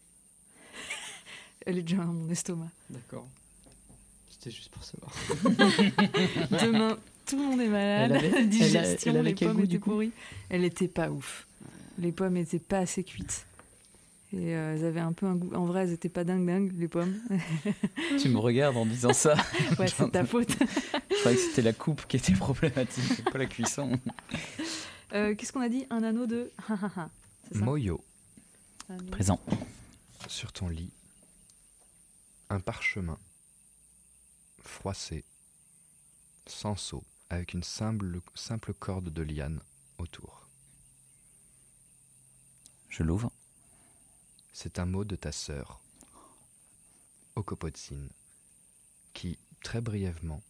Elle est déjà dans mon estomac. D'accord. C'était juste pour savoir. Demain, tout le monde est malade. Digestion, les pommes étaient pourries. Elle était pas ouf. Les pommes étaient pas assez cuites. Et elles avaient un peu un goût. En vrai, elles étaient pas dingues, les pommes. Tu me regardes en disant ça. Ouais, c'est ta faute. Je croyais que c'était la coupe qui était problématique, pas la cuisson. Qu'est-ce qu'on a dit? Un anneau de... C'est ça? Moyo. Présent. Sur ton lit, un parchemin froissé, sans seau, avec une simple corde de liane autour. Je l'ouvre. C'est un mot de ta sœur, Okopotsine, qui, très brièvement,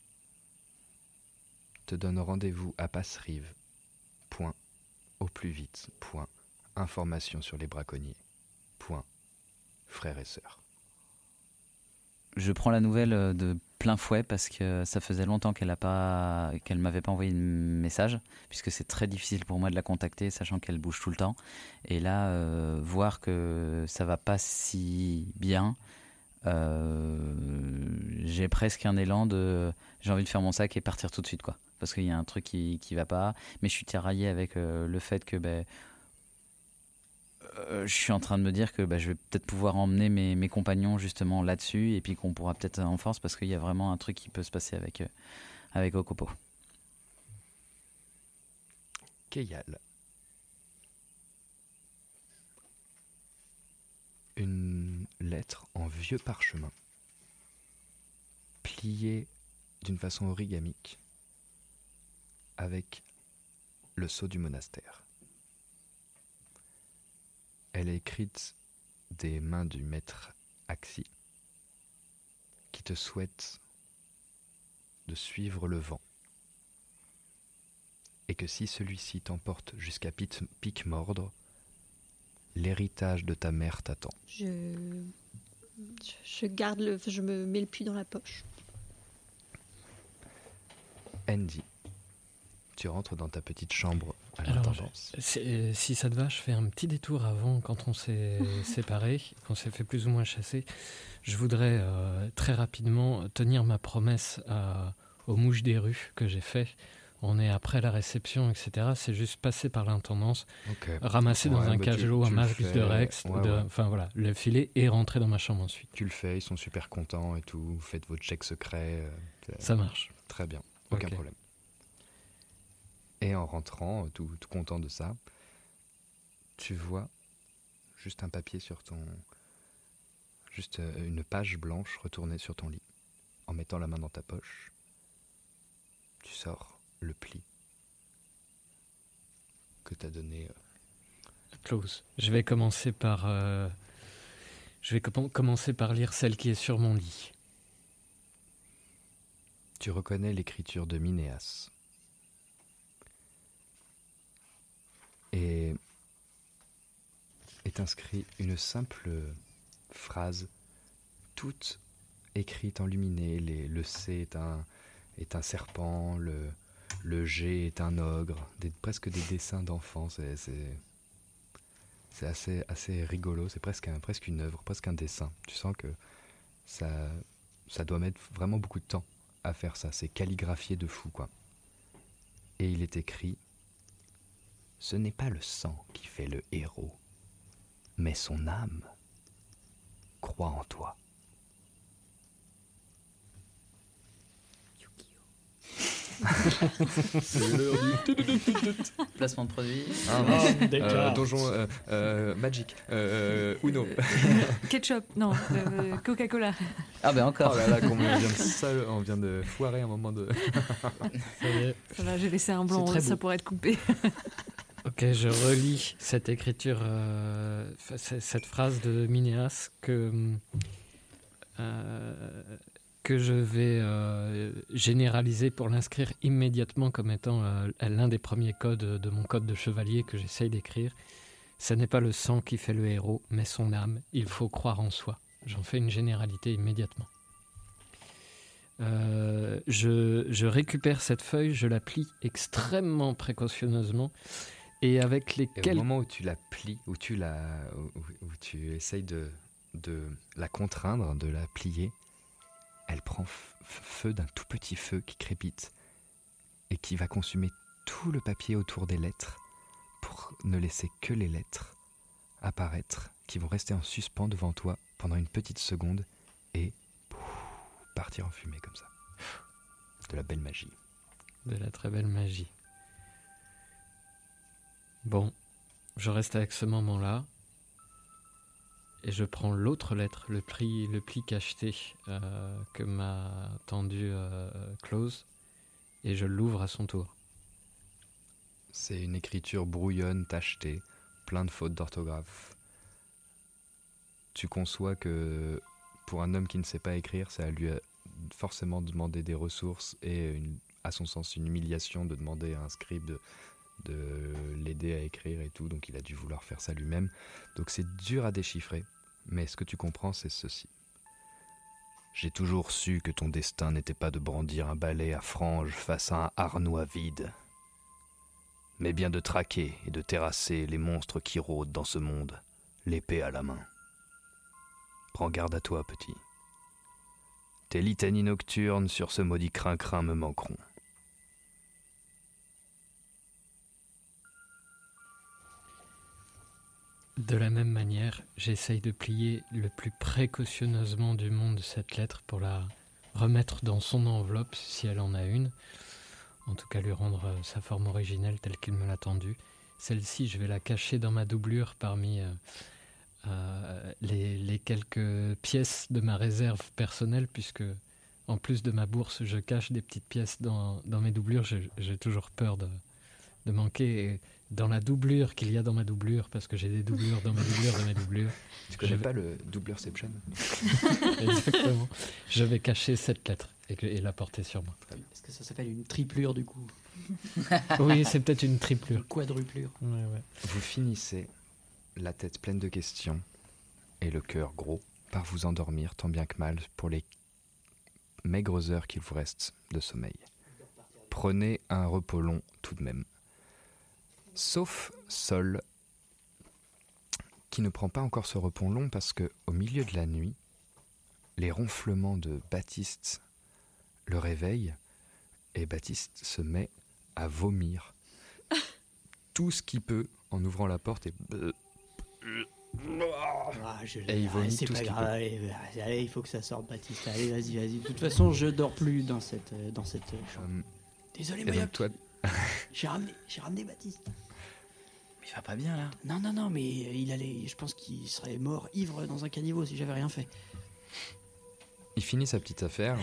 te donne rendez-vous à Passerive, point, au plus vite, point, information sur les braconniers, point, frères et sœurs. Je prends la nouvelle de plein fouet parce que ça faisait longtemps qu'elle m'avait pas envoyé de message, puisque c'est très difficile pour moi de la contacter, sachant qu'elle bouge tout le temps. Et là, voir que ça va pas si bien, j'ai presque un élan j'ai envie de faire mon sac et partir tout de suite, quoi. Parce qu'il y a un truc qui va pas, mais je suis tiraillé avec le fait que je suis en train de me dire que je vais peut-être pouvoir emmener mes compagnons justement là-dessus, et puis qu'on pourra peut-être en force, parce qu'il y a vraiment un truc qui peut se passer avec Okopo. Keyal. Une lettre en vieux parchemin, pliée d'une façon origamique, avec le sceau du monastère. Elle est écrite des mains du maître Axi, qui te souhaite de suivre le vent, et que si celui-ci t'emporte jusqu'à pic mordre, l'héritage de ta mère t'attend. Je garde je me mets le puits dans la poche. Andy, tu rentres dans ta petite chambre à Alors, l'intendance. Si ça te va, je fais un petit détour avant, quand on s'est séparés, qu'on s'est fait plus ou moins chasser. Je voudrais très rapidement tenir ma promesse aux mouches des rues que j'ai fait On est après la réception, etc. C'est juste passer par l'intendance, ramasser dans un cajot un masque de Rex, enfin voilà, le filer et rentrer dans ma chambre ensuite. Tu le fais, ils sont super contents et tout. Vous faites votre check secret. Ça marche. Très bien, aucun problème. Et en rentrant, tout content de ça, tu vois juste un papier sur ton... Juste une page blanche retournée sur ton lit. En mettant la main dans ta poche, tu sors le pli que t'as donné... Close. Je vais commencer par lire celle qui est sur mon lit. Tu reconnais l'écriture de Minéas. Et est inscrit une simple phrase, toute écrite en luminé. Le C est un serpent, le G est un ogre, presque des dessins d'enfants. C'est assez rigolo, c'est presque une œuvre, presque un dessin. Tu sens que ça doit mettre vraiment beaucoup de temps à faire ça, c'est calligraphié de fou, quoi. Et il est écrit: ce n'est pas le sang qui fait le héros, mais son âme. Crois en toi. C'est l'heure du placement de produit. Donjon Magic. Uno. Ketchup, non, Coca-Cola. Ah ben encore. Oh là là, on vient de foirer un moment de... Ça va, j'ai laissé un blanc, ça pourrait être coupé. Ok, je relis cette écriture, cette phrase de Minéas que je vais généraliser pour l'inscrire immédiatement comme étant l'un des premiers codes de mon code de chevalier que j'essaye d'écrire. Ce n'est pas le sang qui fait le héros, mais son âme. Il faut croire en soi. J'en fais une généralité immédiatement. Je récupère cette feuille, je la plie extrêmement précautionneusement. Et avec au moment où tu la plies, où tu essayes de la contraindre, de la plier, elle prend feu d'un tout petit feu qui crépite et qui va consumer tout le papier autour des lettres pour ne laisser que les lettres apparaître, qui vont rester en suspens devant toi pendant une petite seconde et partir en fumée comme ça. De la belle magie. De la très belle magie. Bon, je reste avec ce moment-là et je prends l'autre lettre, le pli cacheté que m'a tendu Close, et je l'ouvre à son tour. C'est une écriture brouillonne, tachetée, plein de fautes d'orthographe. Tu conçois que pour un homme qui ne sait pas écrire, ça lui a forcément demandé des ressources et à son sens une humiliation de demander à un scribe de l'aider à écrire et tout, donc il a dû vouloir faire ça lui-même. Donc c'est dur à déchiffrer, mais ce que tu comprends, c'est ceci. J'ai toujours su que ton destin n'était pas de brandir un balai à franges face à un harnois vide, mais bien de traquer et de terrasser les monstres qui rôdent dans ce monde, l'épée à la main. Prends garde à toi, petit. Tes litanies nocturnes sur ce maudit crin-crin me manqueront. De la même manière, j'essaye de plier le plus précautionneusement du monde cette lettre pour la remettre dans son enveloppe, si elle en a une. En tout cas, lui rendre sa forme originelle telle qu'il me l'a tendue. Celle-ci, je vais la cacher dans ma doublure parmi les quelques pièces de ma réserve personnelle, puisque en plus de ma bourse, je cache des petites pièces dans mes doublures. J'ai toujours peur de manquer. Et dans la doublure qu'il y a dans ma doublure, parce que j'ai des doublures dans ma doublure de mes doublures. Tu connais pas le doubleurception? Exactement. Je vais cacher cette lettre et la porter sur moi. Est-ce que ça s'appelle une triplure du coup? Oui, c'est peut-être une triplure. Une quadruplure. Ouais. Vous finissez, la tête pleine de questions et le cœur gros, par vous endormir tant bien que mal pour les maigres heures qu'il vous reste de sommeil. Prenez un repos long tout de même. Sauf Sol, qui ne prend pas encore ce repos long parce que au milieu de la nuit, les ronflements de Baptiste le réveillent et Baptiste se met à vomir tout ce qu'il peut en ouvrant la porte et il vomit c'est tout pas ce qu'il grave, peut. allez, il faut que ça sorte, Baptiste. Allez, vas-y. De toute façon, je dors plus dans cette chambre. Désolé, Et donc Mayoc. toi, J'ai ramené Baptiste. Mais il va pas bien là. Non, mais je pense qu'il serait mort ivre dans un caniveau si j'avais rien fait. il finit sa petite affaire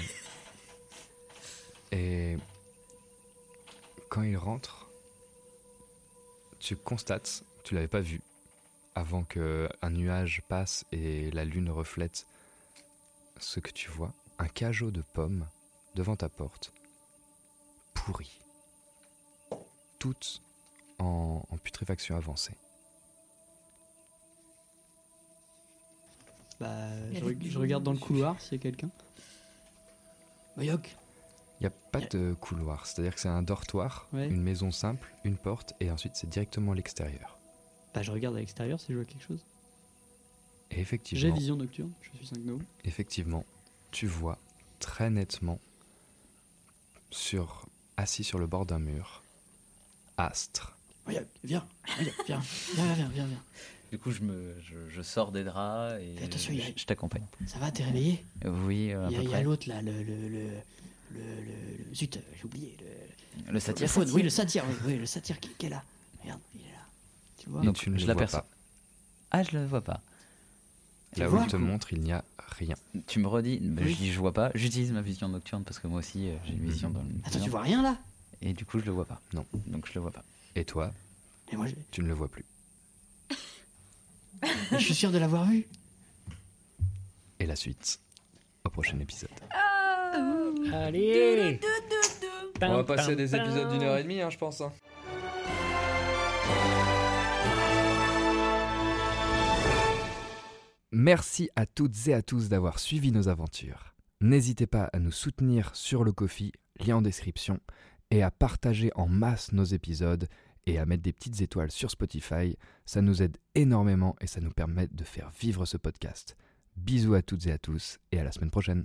et quand il rentre, tu constates, tu l'avais pas vu avant qu'un nuage passe et la lune reflète ce que tu vois, un cajot de pommes devant ta porte, pourri, toutes en putréfaction avancée. Je regarde dans le couloir s'il y a quelqu'un. Mayoc. Il n'y a pas de couloir, c'est-à-dire que c'est un dortoir, une maison simple, une porte, et ensuite c'est directement à l'extérieur. Je regarde à l'extérieur si je vois quelque chose. Et effectivement... J'ai vision nocturne, je suis un gnome. Effectivement, tu vois très nettement, assis sur le bord d'un mur, Astre. Mayoc, viens. Du coup, je sors des draps et Fais attention, je t'accompagne. Ça va, t'es réveillé? Oui, Il y a l'autre là, zut, j'ai oublié. Le satyre. Le faune, oui, le satyre qui est là. Regarde, il est là. Tu le vois? Donc tu ne je le vois l'aperçois. pas. Ah, je le vois pas. Là où il te montre, il n'y a rien. Tu me redis, je dis je vois pas. J'utilise ma vision nocturne parce que moi aussi j'ai une vision dans le. Attends, tu vois rien là? Et du coup, je le vois pas. Non. Donc je le vois pas. Et toi, Et moi, tu ne le vois plus. je suis sûr de l'avoir vu. Et la suite, au prochain épisode. Allez. On va passer des épisodes d'1h30, je pense. Merci à toutes et à tous d'avoir suivi nos aventures. N'hésitez pas à nous soutenir sur le Ko-fi, lien en description, et à partager en masse nos épisodes et à mettre des petites étoiles sur Spotify. Ça nous aide énormément et ça nous permet de faire vivre ce podcast. Bisous à toutes et à tous et à la semaine prochaine.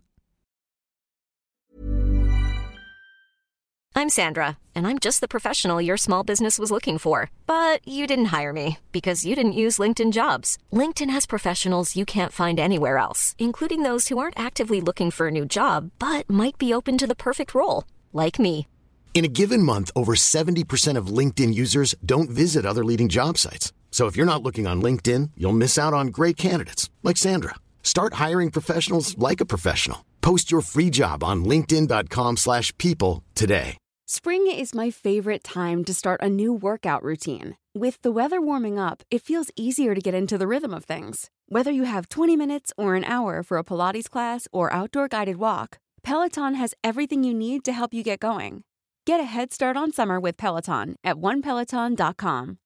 I'm Sandra, and I'm just the professional your small business was looking for. But you didn't hire me because you didn't use LinkedIn Jobs. LinkedIn has professionals you can't find anywhere else, including those who aren't actively looking for a new job, but might be open to the perfect role, like me. In a given month, over 70% of LinkedIn users don't visit other leading job sites. So if you're not looking on LinkedIn, you'll miss out on great candidates like Sandra. Start hiring professionals like a professional. Post your free job on linkedin.com/people today. Spring is my favorite time to start a new workout routine. With the weather warming up, it feels easier to get into the rhythm of things. Whether you have 20 minutes or an hour for a Pilates class or outdoor guided walk, Peloton has everything you need to help you get going. Get a head start on summer with Peloton at onepeloton.com.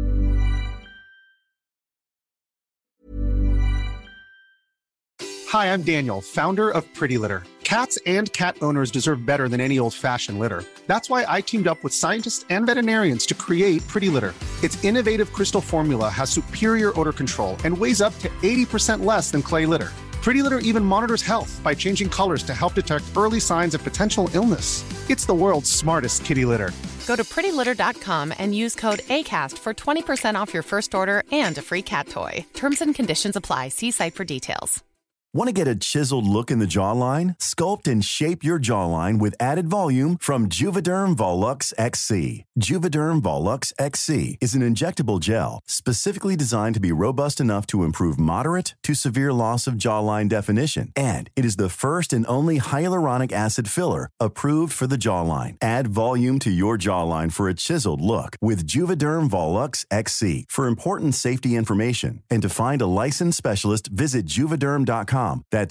Hi, I'm Daniel, founder of Pretty Litter. Cats and cat owners deserve better than any old-fashioned litter. That's why I teamed up with scientists and veterinarians to create Pretty Litter. Its innovative crystal formula has superior odor control and weighs up to 80% less than clay litter. Pretty Litter even monitors health by changing colors to help detect early signs of potential illness. It's the world's smartest kitty litter. Go to prettylitter.com and use code ACAST for 20% off your first order and a free cat toy. Terms and conditions apply. See site for details. Want to get a chiseled look in the jawline? Sculpt and shape your jawline with added volume from Juvederm Volux XC. Juvederm Volux XC is an injectable gel specifically designed to be robust enough to improve moderate to severe loss of jawline definition. And it is the first and only hyaluronic acid filler approved for the jawline. Add volume to your jawline for a chiseled look with Juvederm Volux XC. For important safety information and to find a licensed specialist, visit Juvederm.com. That's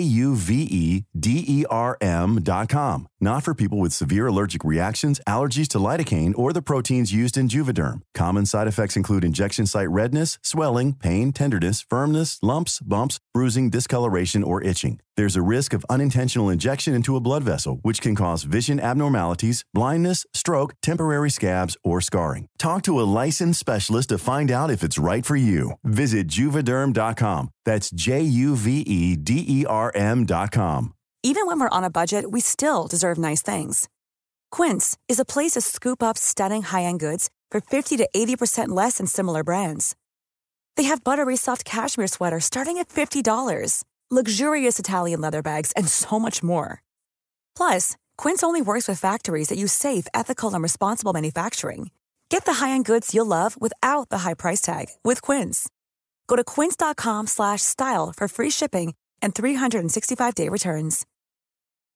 JUVEDERM.com. Not for people with severe allergic reactions, allergies to lidocaine, or the proteins used in Juvederm. Common side effects include injection site redness, swelling, pain, tenderness, firmness, lumps, bumps, bruising, discoloration, or itching. There's a risk of unintentional injection into a blood vessel, which can cause vision abnormalities, blindness, stroke, temporary scabs, or scarring. Talk to a licensed specialist to find out if it's right for you. Visit Juvederm.com. That's JUVEDERM.com. Even when we're on a budget, we still deserve nice things. Quince is a place to scoop up stunning high-end goods for 50 to 80% less than similar brands. They have buttery soft cashmere sweaters starting at $50, luxurious Italian leather bags, and so much more. Plus, Quince only works with factories that use safe, ethical, and responsible manufacturing. Get the high-end goods you'll love without the high price tag with Quince. Go to quince.com/style for free shipping and 365-day returns.